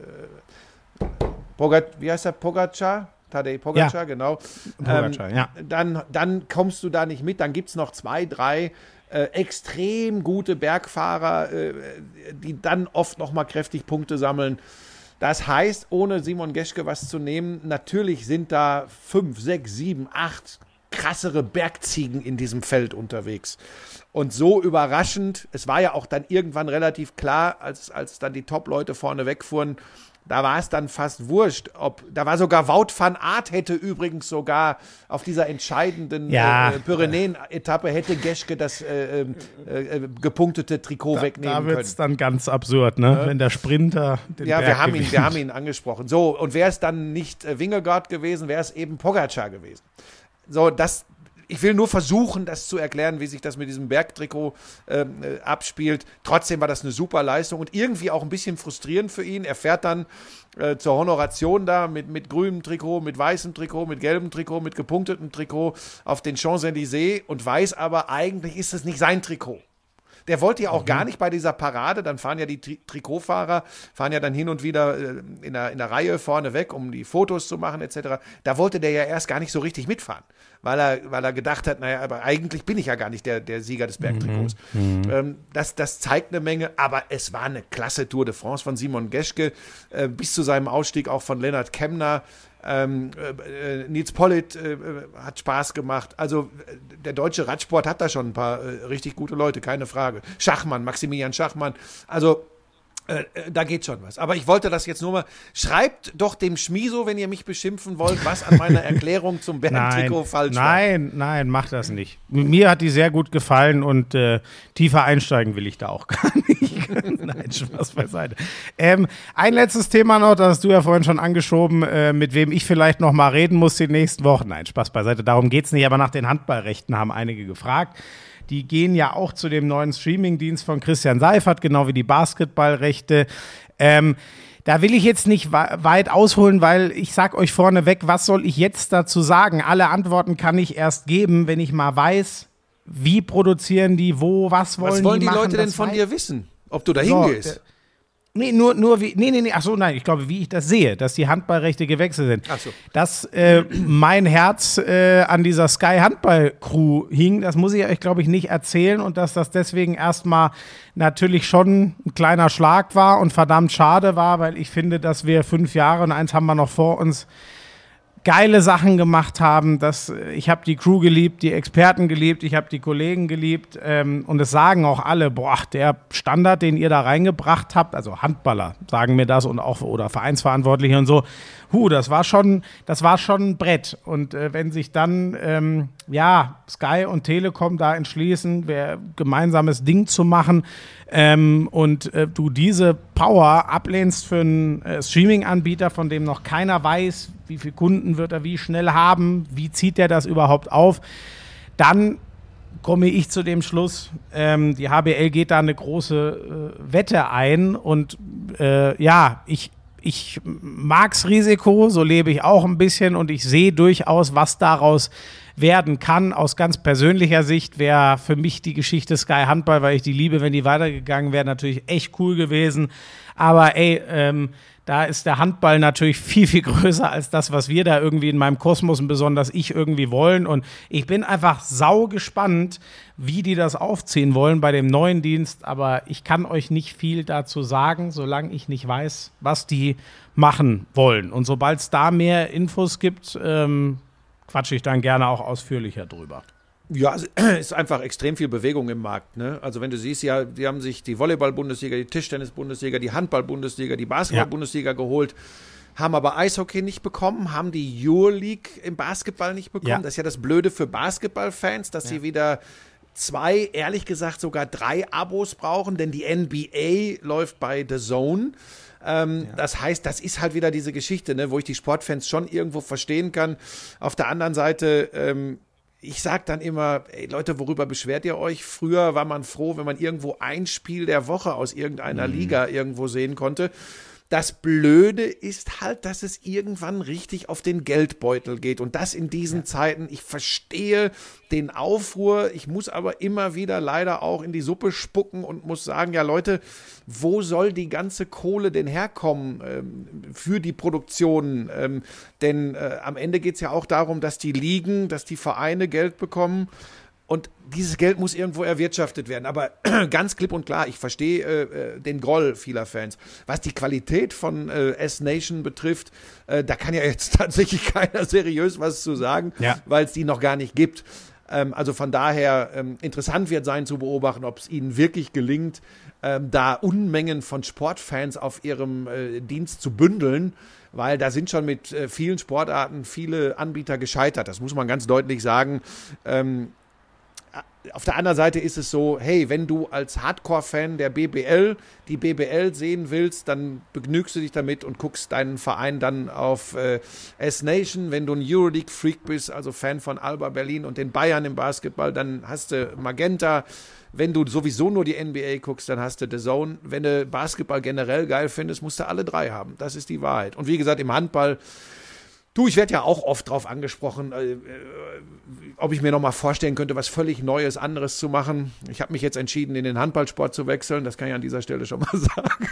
äh, Pogac, wie heißt der, Pogacar? Tadej Pogacar, Ja. genau. Pogacar, ja. Dann, dann kommst du da nicht mit, dann gibt es noch zwei, drei äh, extrem gute Bergfahrer, äh, die dann oft nochmal kräftig Punkte sammeln. Das heißt, ohne Simon Geschke was zu nehmen, natürlich sind da fünf, sechs, sieben, acht krassere Bergziegen in diesem Feld unterwegs. Und so überraschend, es war ja auch dann irgendwann relativ klar, als, als dann die Top-Leute vorne wegfuhren, da war es dann fast wurscht, ob, da war sogar Wout van Aert hätte übrigens sogar auf dieser entscheidenden Ja. äh, Pyrenäen-Etappe hätte Geschke das äh, äh, äh, gepunktete Trikot Da, wegnehmen da wird es können. dann ganz absurd, ne? Wenn der Sprinter den Ja, Berg wir haben, ihn, gewinnt. wir haben ihn angesprochen. So, und wäre es dann nicht äh, Vingegaard gewesen, wäre es eben Pogacar gewesen. So, das, ich will nur versuchen, das zu erklären, wie sich das mit diesem Bergtrikot ähm, äh, abspielt. Trotzdem war das eine super Leistung und irgendwie auch ein bisschen frustrierend für ihn. Er fährt dann äh, zur Honoration da mit, mit grünem Trikot, mit weißem Trikot, mit gelbem Trikot, mit gepunktetem Trikot auf den Champs-Élysées und weiß aber, eigentlich ist es nicht sein Trikot. Der wollte ja auch mhm. gar nicht bei dieser Parade, dann fahren ja die Tri- Trikotfahrer, fahren ja dann hin und wieder äh, in, der, in der Reihe vorne weg, um die Fotos zu machen et cetera. Da wollte der ja erst gar nicht so richtig mitfahren, weil er, weil er gedacht hat, naja, aber eigentlich bin ich ja gar nicht der, der Sieger des Bergtrikots. Mhm. Ähm, das, das zeigt eine Menge, aber es war eine klasse Tour de France von Simon Geschke, äh, bis zu seinem Ausstieg auch von Lennart Kemner. Ähm, äh, Nils Pollitt äh, hat Spaß gemacht. Also äh, der deutsche Radsport hat da schon ein paar äh, richtig gute Leute, keine Frage. Schachmann, Maximilian Schachmann. Also äh, da geht schon was. Aber ich wollte das jetzt nur mal. Schreibt doch dem Schmiso, wenn ihr mich beschimpfen wollt, was an meiner Erklärung zum Bergtrikot Nein, falsch war. nein, nein, mach das nicht. Mir hat die sehr gut gefallen und äh, tiefer einsteigen will ich da auch gar nicht. Nein, Spaß beiseite. Ähm, ein letztes Thema noch, das hast du ja vorhin schon angeschoben, äh, mit wem ich vielleicht noch mal reden muss die nächsten Wochen. Nein, Spaß beiseite, darum geht's nicht. Aber nach den Handballrechten haben einige gefragt. Die gehen ja auch zu dem neuen Streamingdienst von Christian Seifert, genau wie die Basketballrechte. Ähm, da will ich jetzt nicht weit ausholen, weil ich sag euch vorneweg, was soll ich jetzt dazu sagen? Alle Antworten kann ich erst geben, wenn ich mal weiß, wie produzieren die, wo, was wollen die Was wollen die, machen, Leute denn das von weiß- dir wissen? Ob du da So, hingehst? äh, Nee, nur, nur wie, nee, nee, nee, ach so, nein, ich glaube, wie ich das sehe, dass die Handballrechte gewechselt sind. Ach so. Dass äh, mein Herz äh, an dieser Sky Handball-Crew hing, das muss ich euch, glaube ich, nicht erzählen und dass das deswegen erstmal natürlich schon ein kleiner Schlag war und verdammt schade war, weil ich finde, dass wir fünf Jahre und eins haben wir noch vor uns, geile Sachen gemacht haben. Dass, ich habe die Crew geliebt, die Experten geliebt, ich habe die Kollegen geliebt ähm, und es sagen auch alle, boah, der Standard, den ihr da reingebracht habt, also Handballer sagen mir das und auch oder Vereinsverantwortliche und so, hu, das war schon, das war schon ein Brett. Und äh, wenn sich dann ähm, ja Sky und Telekom da entschließen, wer gemeinsames Ding zu machen ähm, und äh, du diese Power ablehnst für einen äh, Streaming-Anbieter, von dem noch keiner weiß, wie viele Kunden wird er wie schnell haben, wie zieht er das überhaupt auf, dann komme ich zu dem Schluss, ähm, die H B L geht da eine große äh, Wette ein und äh, ja, ich, ich mag's Risiko, so lebe ich auch ein bisschen und ich sehe durchaus, was daraus werden kann. Aus ganz persönlicher Sicht wäre für mich die Geschichte Sky Handball, weil ich die liebe, wenn die weitergegangen wäre, natürlich echt cool gewesen. Aber ey, ähm, da ist der Handball natürlich viel, viel größer als das, was wir da irgendwie in meinem Kosmos und besonders ich irgendwie wollen. Und ich bin einfach sau gespannt, wie die das aufziehen wollen bei dem neuen Dienst. Aber ich kann euch nicht viel dazu sagen, solange ich nicht weiß, was die machen wollen. Und sobald es da mehr Infos gibt, ähm, quatsche ich dann gerne auch ausführlicher drüber. Ja, es ist einfach extrem viel Bewegung im Markt. Ne? Also wenn du siehst, ja, die haben sich die Volleyball-Bundesliga, die Tischtennis-Bundesliga, die Handball-Bundesliga, die Basketball-Bundesliga geholt, haben aber Eishockey nicht bekommen, haben die Euroleague im Basketball nicht bekommen. Ja. Das ist ja das Blöde für Basketballfans, dass sie wieder zwei, ehrlich gesagt sogar drei Abos brauchen, denn die N B A läuft bei The Zone. Ähm, ja. Das heißt, das ist halt wieder diese Geschichte, ne, wo ich die Sportfans schon irgendwo verstehen kann. Auf der anderen Seite, ähm, ich sag dann immer, ey Leute, worüber beschwert ihr euch? Früher war man froh, wenn man irgendwo ein Spiel der Woche aus irgendeiner mhm. Liga irgendwo sehen konnte. Das Blöde ist halt, dass es irgendwann richtig auf den Geldbeutel geht. Und das in diesen ja. Zeiten. Ich verstehe den Aufruhr. Ich muss aber immer wieder leider auch in die Suppe spucken und muss sagen, ja Leute, wo soll die ganze Kohle denn herkommen ähm, für die Produktion? Ähm, denn äh, am Ende geht es ja auch darum, dass die Ligen, dass die Vereine Geld bekommen. Und dieses Geld muss irgendwo erwirtschaftet werden. Aber ganz klipp und klar, ich verstehe äh, den Groll vieler Fans. Was die Qualität von äh, S-Nation betrifft, äh, da kann ja jetzt tatsächlich keiner seriös was zu sagen, Ja. weil es die noch gar nicht gibt. Ähm, also von daher ähm, interessant wird sein zu beobachten, ob es ihnen wirklich gelingt, ähm, da Unmengen von Sportfans auf ihrem äh, Dienst zu bündeln. Weil da sind schon mit äh, vielen Sportarten viele Anbieter gescheitert. Das muss man ganz deutlich sagen. Ähm, Auf der anderen Seite ist es so, hey, wenn du als Hardcore-Fan der B B L die B B L sehen willst, dann begnügst du dich damit und guckst deinen Verein dann auf äh, S-Nation. Wenn du ein Euroleague-Freak bist, also Fan von Alba Berlin und den Bayern im Basketball, dann hast du Magenta. Wenn du sowieso nur die N B A guckst, dann hast du The Zone. Wenn du Basketball generell geil findest, musst du alle drei haben. Das ist die Wahrheit. Und wie gesagt, im Handball, du, ich werde ja auch oft drauf angesprochen, äh, äh, ob ich mir noch mal vorstellen könnte, was völlig Neues, anderes zu machen. Ich habe mich jetzt entschieden, in den Handballsport zu wechseln. Das kann ich an dieser Stelle schon mal sagen.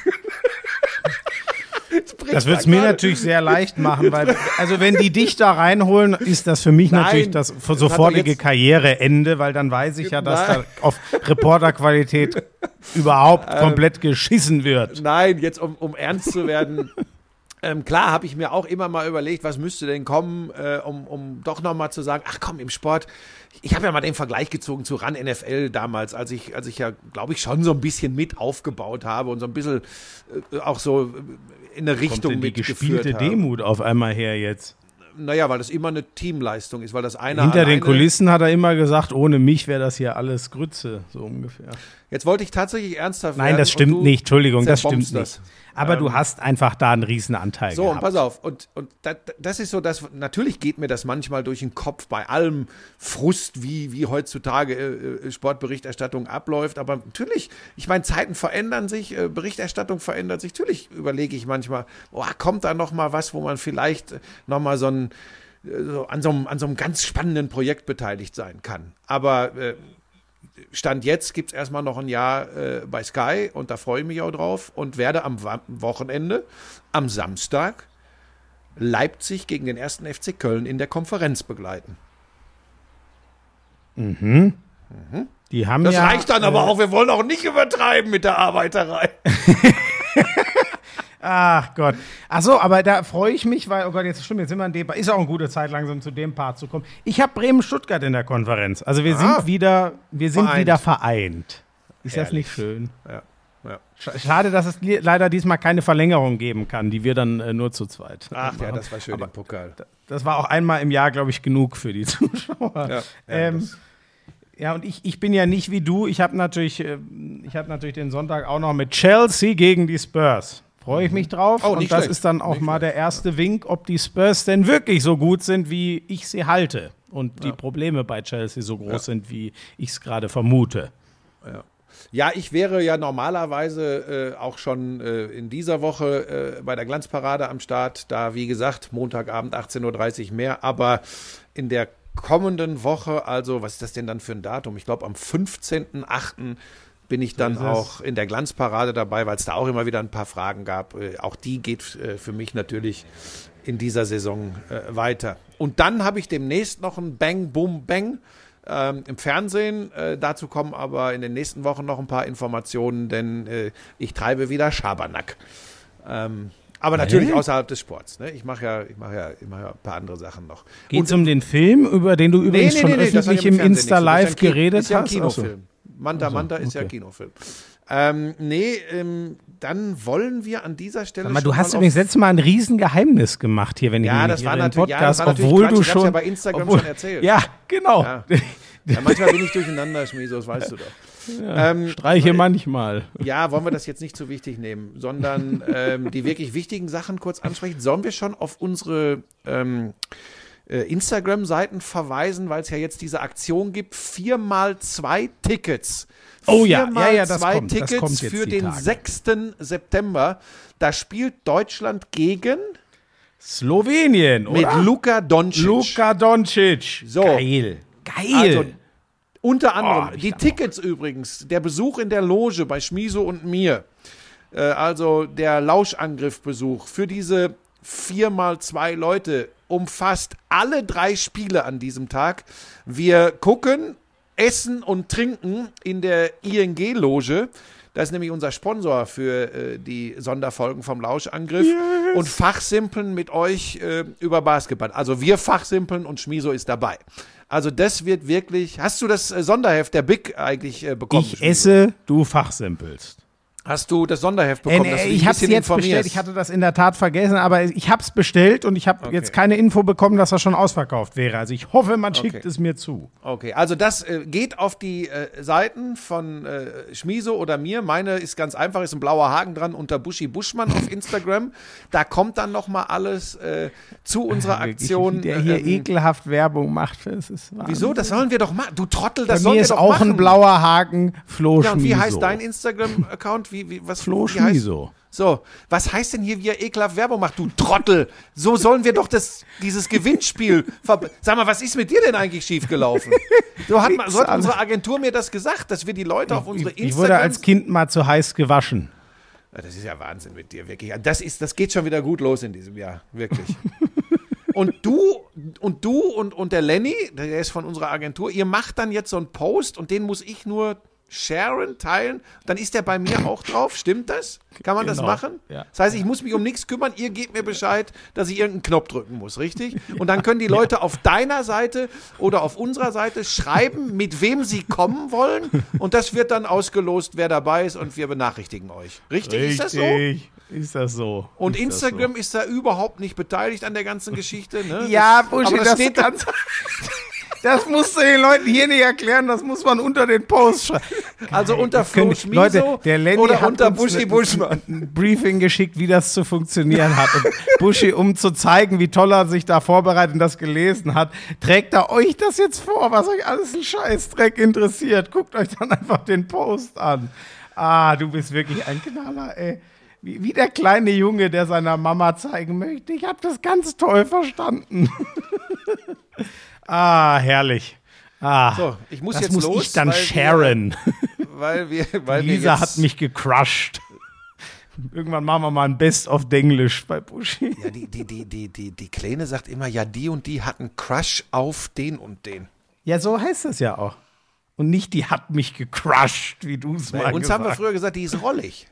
Das wird es mir natürlich sehr leicht machen, weil, also wenn die dich da reinholen, ist das für mich Nein, natürlich das das sofortige hat doch jetzt- Karriereende, weil dann weiß ich ja, dass Nein. da auf Reporterqualität überhaupt komplett geschissen wird. Nein, jetzt um, um ernst zu werden. Ähm, klar habe ich mir auch immer mal überlegt, was müsste denn kommen, äh, um, um doch noch mal zu sagen, ach komm, im Sport, ich habe ja mal den Vergleich gezogen zu Run N F L damals, als ich, als ich ja, glaube ich, schon so ein bisschen mit aufgebaut habe und so ein bisschen äh, auch so in eine Kommt Richtung denn die mitgeführt gespielte habe. Demut auf einmal her jetzt? Naja, weil das immer eine Teamleistung ist, weil das einer Hinter alleine, den Kulissen hat er immer gesagt, ohne mich wäre das hier alles Grütze, so ungefähr. Jetzt wollte ich tatsächlich ernsthaft Nein, werden. das stimmt und du nicht, Entschuldigung, das stimmt zerbombst nicht. Aber Ähm, du hast einfach da einen riesen Anteil So, und gehabt. pass auf, und, und das, das ist so, dass natürlich geht mir das manchmal durch den Kopf bei allem Frust, wie, wie heutzutage äh, Sportberichterstattung abläuft, aber natürlich, ich meine, Zeiten verändern sich, äh, Berichterstattung verändert sich, natürlich überlege ich manchmal, oh, kommt da noch mal was, wo man vielleicht noch mal so ein, äh, so an, so einem, an so einem ganz spannenden Projekt beteiligt sein kann, aber äh, Stand jetzt gibt es erstmal noch ein Jahr äh, bei Sky und da freue ich mich auch drauf und werde am Wa- Wochenende, am Samstag, Leipzig gegen den ersten F C Köln in der Konferenz begleiten. Die haben Das ja, reicht dann aber auch, wir wollen auch nicht übertreiben mit der Arbeiterei. Ach Gott. Ach so, aber da freue ich mich, weil, oh Gott, jetzt stimmt, jetzt sind wir in dem, ist auch eine gute Zeit langsam zu dem Part zu kommen. Ich habe Bremen-Stuttgart in der Konferenz. Also wir Ah. sind wieder, wir sind Vereint. wieder vereint. Ist das Herrlich. nicht schön? Ja, ja. Sch- Schade, dass es li- leider diesmal keine Verlängerung geben kann, die wir dann äh, nur zu zweit Ach ja, machen. das war schön im Pokal. Das war auch einmal im Jahr, glaube ich, genug für die Zuschauer. Ja, ja, ähm, das- ja, und ich, ich bin ja nicht wie du. Ich habe natürlich, äh, ich hab natürlich den Sonntag auch noch mit Chelsea gegen die Spurs. Freue ich mich drauf. Oh, und nicht das schlecht. ist dann auch Nicht mal schlecht, der erste Wink, ob die Spurs denn wirklich so gut sind, wie ich sie halte. Und die Probleme bei Chelsea so groß sind, wie ich es gerade vermute. Ja, ich wäre ja normalerweise äh, auch schon äh, in dieser Woche äh, bei der Glanzparade am Start. Da, wie gesagt, Montagabend achtzehn Uhr dreißig mehr. Aber in der kommenden Woche, also was ist das denn dann für ein Datum? Ich glaube, am fünfzehnten achten bin ich dann ist es. auch in der Glanzparade dabei, weil es da auch immer wieder ein paar Fragen gab. Äh, auch die geht äh, für mich natürlich in dieser Saison äh, weiter. Und dann habe ich demnächst noch ein Bang, Boom, Bang ähm, im Fernsehen. Äh, dazu kommen aber in den nächsten Wochen noch ein paar Informationen, denn äh, ich treibe wieder Schabernack. Ähm, aber natürlich Hä? außerhalb des Sports. Ne? Ich mache ja, ich mache ja, ich mache ja ein paar andere Sachen noch. Geht es um den Film, über den du übrigens schon das hat öffentlich ja mit im Fernsehen Insta nichts zu tun. Live Das ist ja ein Ki- geredet ist ja ein hast? Ach so. Kinofilm. Manta Ach so, Manta ist ja okay. Kinofilm. Ähm, nee, ähm, dann wollen wir an dieser Stelle Sag mal, du schon hast mal übrigens auf- letztes Mal ein Riesengeheimnis gemacht hier, wenn ich Ja, mich das nicht war irre, im natürlich- ja, das Podcast, war natürlich obwohl Quatsch. du Ich hab's schon ja bei Instagram obwohl, schon erzählt. Ja, genau. Ja. Ja, manchmal bin ich durcheinander, Schmieso, das weißt du doch. ähm, Streiche manchmal. ja, wollen wir das jetzt nicht zu wichtig nehmen, sondern ähm, die wirklich wichtigen Sachen kurz ansprechen. Sollen wir schon auf unsere ähm, äh, Instagram-Seiten verweisen, weil es ja jetzt diese Aktion gibt, viermal zwei Tickets. Oh ja, Viermal ja, ja, das zwei kommt, das Tickets kommt jetzt für die den Tage. sechsten September. Da spielt Deutschland gegen Slowenien, mit oder? Luka Doncic. Luka Doncic. So. Geil. Geil. Also, unter anderem, hab ich die da Tickets übrigens, der Besuch in der Loge bei Schmieso und mir, äh, also der Lauschangriffbesuch für diese vier mal zwei Leute umfasst alle drei Spiele an diesem Tag. Wir gucken essen und trinken in der I N G-Loge. Das ist nämlich unser Sponsor für äh, die Sonderfolgen vom Lauschangriff. Yes. Und fachsimpeln mit euch äh, über Basketball. Also wir fachsimpeln und Schmiso ist dabei. Also das wird wirklich... Hast du das äh, Sonderheft der Big eigentlich äh, bekommen? Ich Schmiso? esse, du fachsimpelst. Hast du das Sonderheft bekommen? Äh, dass du ich habe es jetzt bestellt, ich hatte das in der Tat vergessen, aber ich habe es bestellt und ich habe okay. jetzt keine Info bekommen, dass das schon ausverkauft wäre. Also ich hoffe, man schickt okay. es mir zu. Okay, also das äh, geht auf die äh, Seiten von äh, Schmiso oder mir. Meine ist ganz einfach, ist ein blauer Haken dran unter Buschi Buschmann auf Instagram. Da kommt dann nochmal alles äh, zu unserer Aktion. Wie der hier ähm, ekelhaft Werbung macht. Das ist wieso? Das sollen wir doch machen. Du Trottel, das Bei sollen mir wir ist doch auch machen. ein blauer Haken, Flo ja, und Schmiso. wie heißt dein Instagram-Account? Wie, wie, was, Flo wie heißt? Schmiso. So, was heißt denn hier, wie er ekelhaft Werbung macht, du Trottel? So sollen wir doch das, dieses Gewinnspiel ver- Sag mal, was ist mit dir denn eigentlich schiefgelaufen? So hat, man, so hat unsere Agentur mir das gesagt, dass wir die Leute auf unsere Instagram... Ich wurde als Kind mal zu heiß gewaschen. Das ist ja Wahnsinn mit dir, wirklich. Das, ist, das geht schon wieder gut los in diesem Jahr, wirklich. Und du und du und, und der Lenny, der ist von unserer Agentur, ihr macht dann jetzt so einen Post und den muss ich nur... sharen, teilen, dann ist der bei mir auch drauf, stimmt das? Kann man genau. das machen? Ja. Das heißt, ich muss mich um nichts kümmern, ihr gebt mir Bescheid, dass ich irgendeinen Knopf drücken muss, richtig? Und dann können die Leute ja. auf deiner Seite oder auf unserer Seite schreiben, mit wem sie kommen wollen und das wird dann ausgelost, wer dabei ist und wir benachrichtigen euch. Richtig? Richtig. Ist das so? Ist das so? Und ist Instagram so. ist da überhaupt nicht beteiligt an der ganzen Geschichte, ne? Ja, das, Buschi, aber das, das steht dann... Das musst du den Leuten hier nicht erklären, das muss man unter den Post schreiben. Also unter Flo Schmiso Leute, der Lenny oder hat unter uns Buschi Buschmann. Ein Briefing geschickt, wie das zu funktionieren hat. Und Buschi, um zu zeigen, wie toll er sich da vorbereitet und das gelesen hat, trägt er euch das jetzt vor, was euch alles ein Scheißdreck interessiert. Guckt euch dann einfach den Post an. Ah, du bist wirklich ein Knaller, ey. Wie, wie der kleine Junge, der seiner Mama zeigen möchte. Ich habe das ganz toll verstanden. Ah, herrlich. Ah, so, ich muss das jetzt muss los, ich dann weil sharen. Wir, weil wir, weil Lisa wir jetzt hat mich gecrushed. Irgendwann machen wir mal ein Best of Denglisch bei Buschi. Ja, die, die, die, die, die, die Kleine sagt immer, ja, die und die hatten Crush auf den und den. Ja, so heißt das ja auch. Und nicht, die hat mich gecrushed, wie du es mal Uns gesagt haben wir früher gesagt, die ist rollig.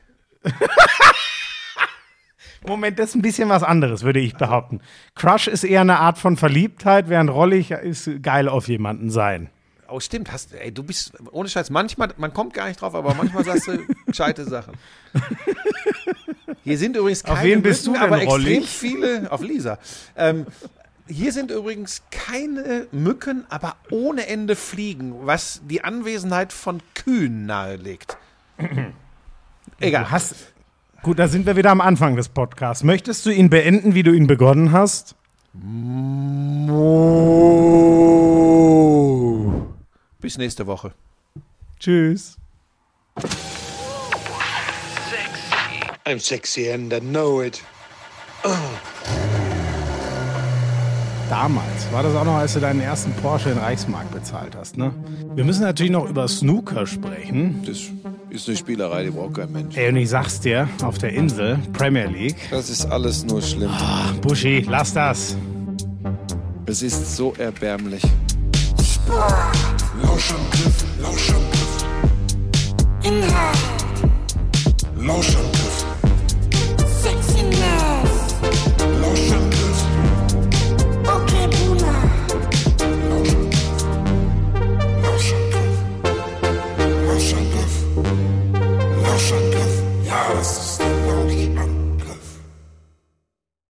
Moment, das ist ein bisschen was anderes, würde ich behaupten. Crush ist eher eine Art von Verliebtheit, während rollig ist geil auf jemanden sein. Oh, stimmt. Hast, ey, du bist, ohne Scheiß, manchmal, man kommt gar nicht drauf, aber manchmal sagst du gescheite Sachen. Hier sind übrigens keine auf wen bist Mücken, du denn aber rollig? extrem viele, auf Lisa. Ähm, hier sind übrigens keine Mücken, aber ohne Ende Fliegen, was die Anwesenheit von Kühen nahelegt. Egal. Du hast... Gut, da sind wir wieder am Anfang des Podcasts. Möchtest du ihn beenden, wie du ihn begonnen hast? Bis nächste Woche. Tschüss. I'm sexy and I know it. Damals war das auch noch, als du deinen ersten Porsche in Reichsmark bezahlt hast, ne? Wir müssen natürlich noch über Snooker sprechen. Das ist eine Spielerei, die braucht kein Mensch. Ey, und ich sag's dir, auf der Insel, Premier League. Das ist alles nur schlimm. Ach, Buschi, lass das. Es ist so erbärmlich. Lauschangriff, Lauschangriff. Inhalt. Lauschangriff.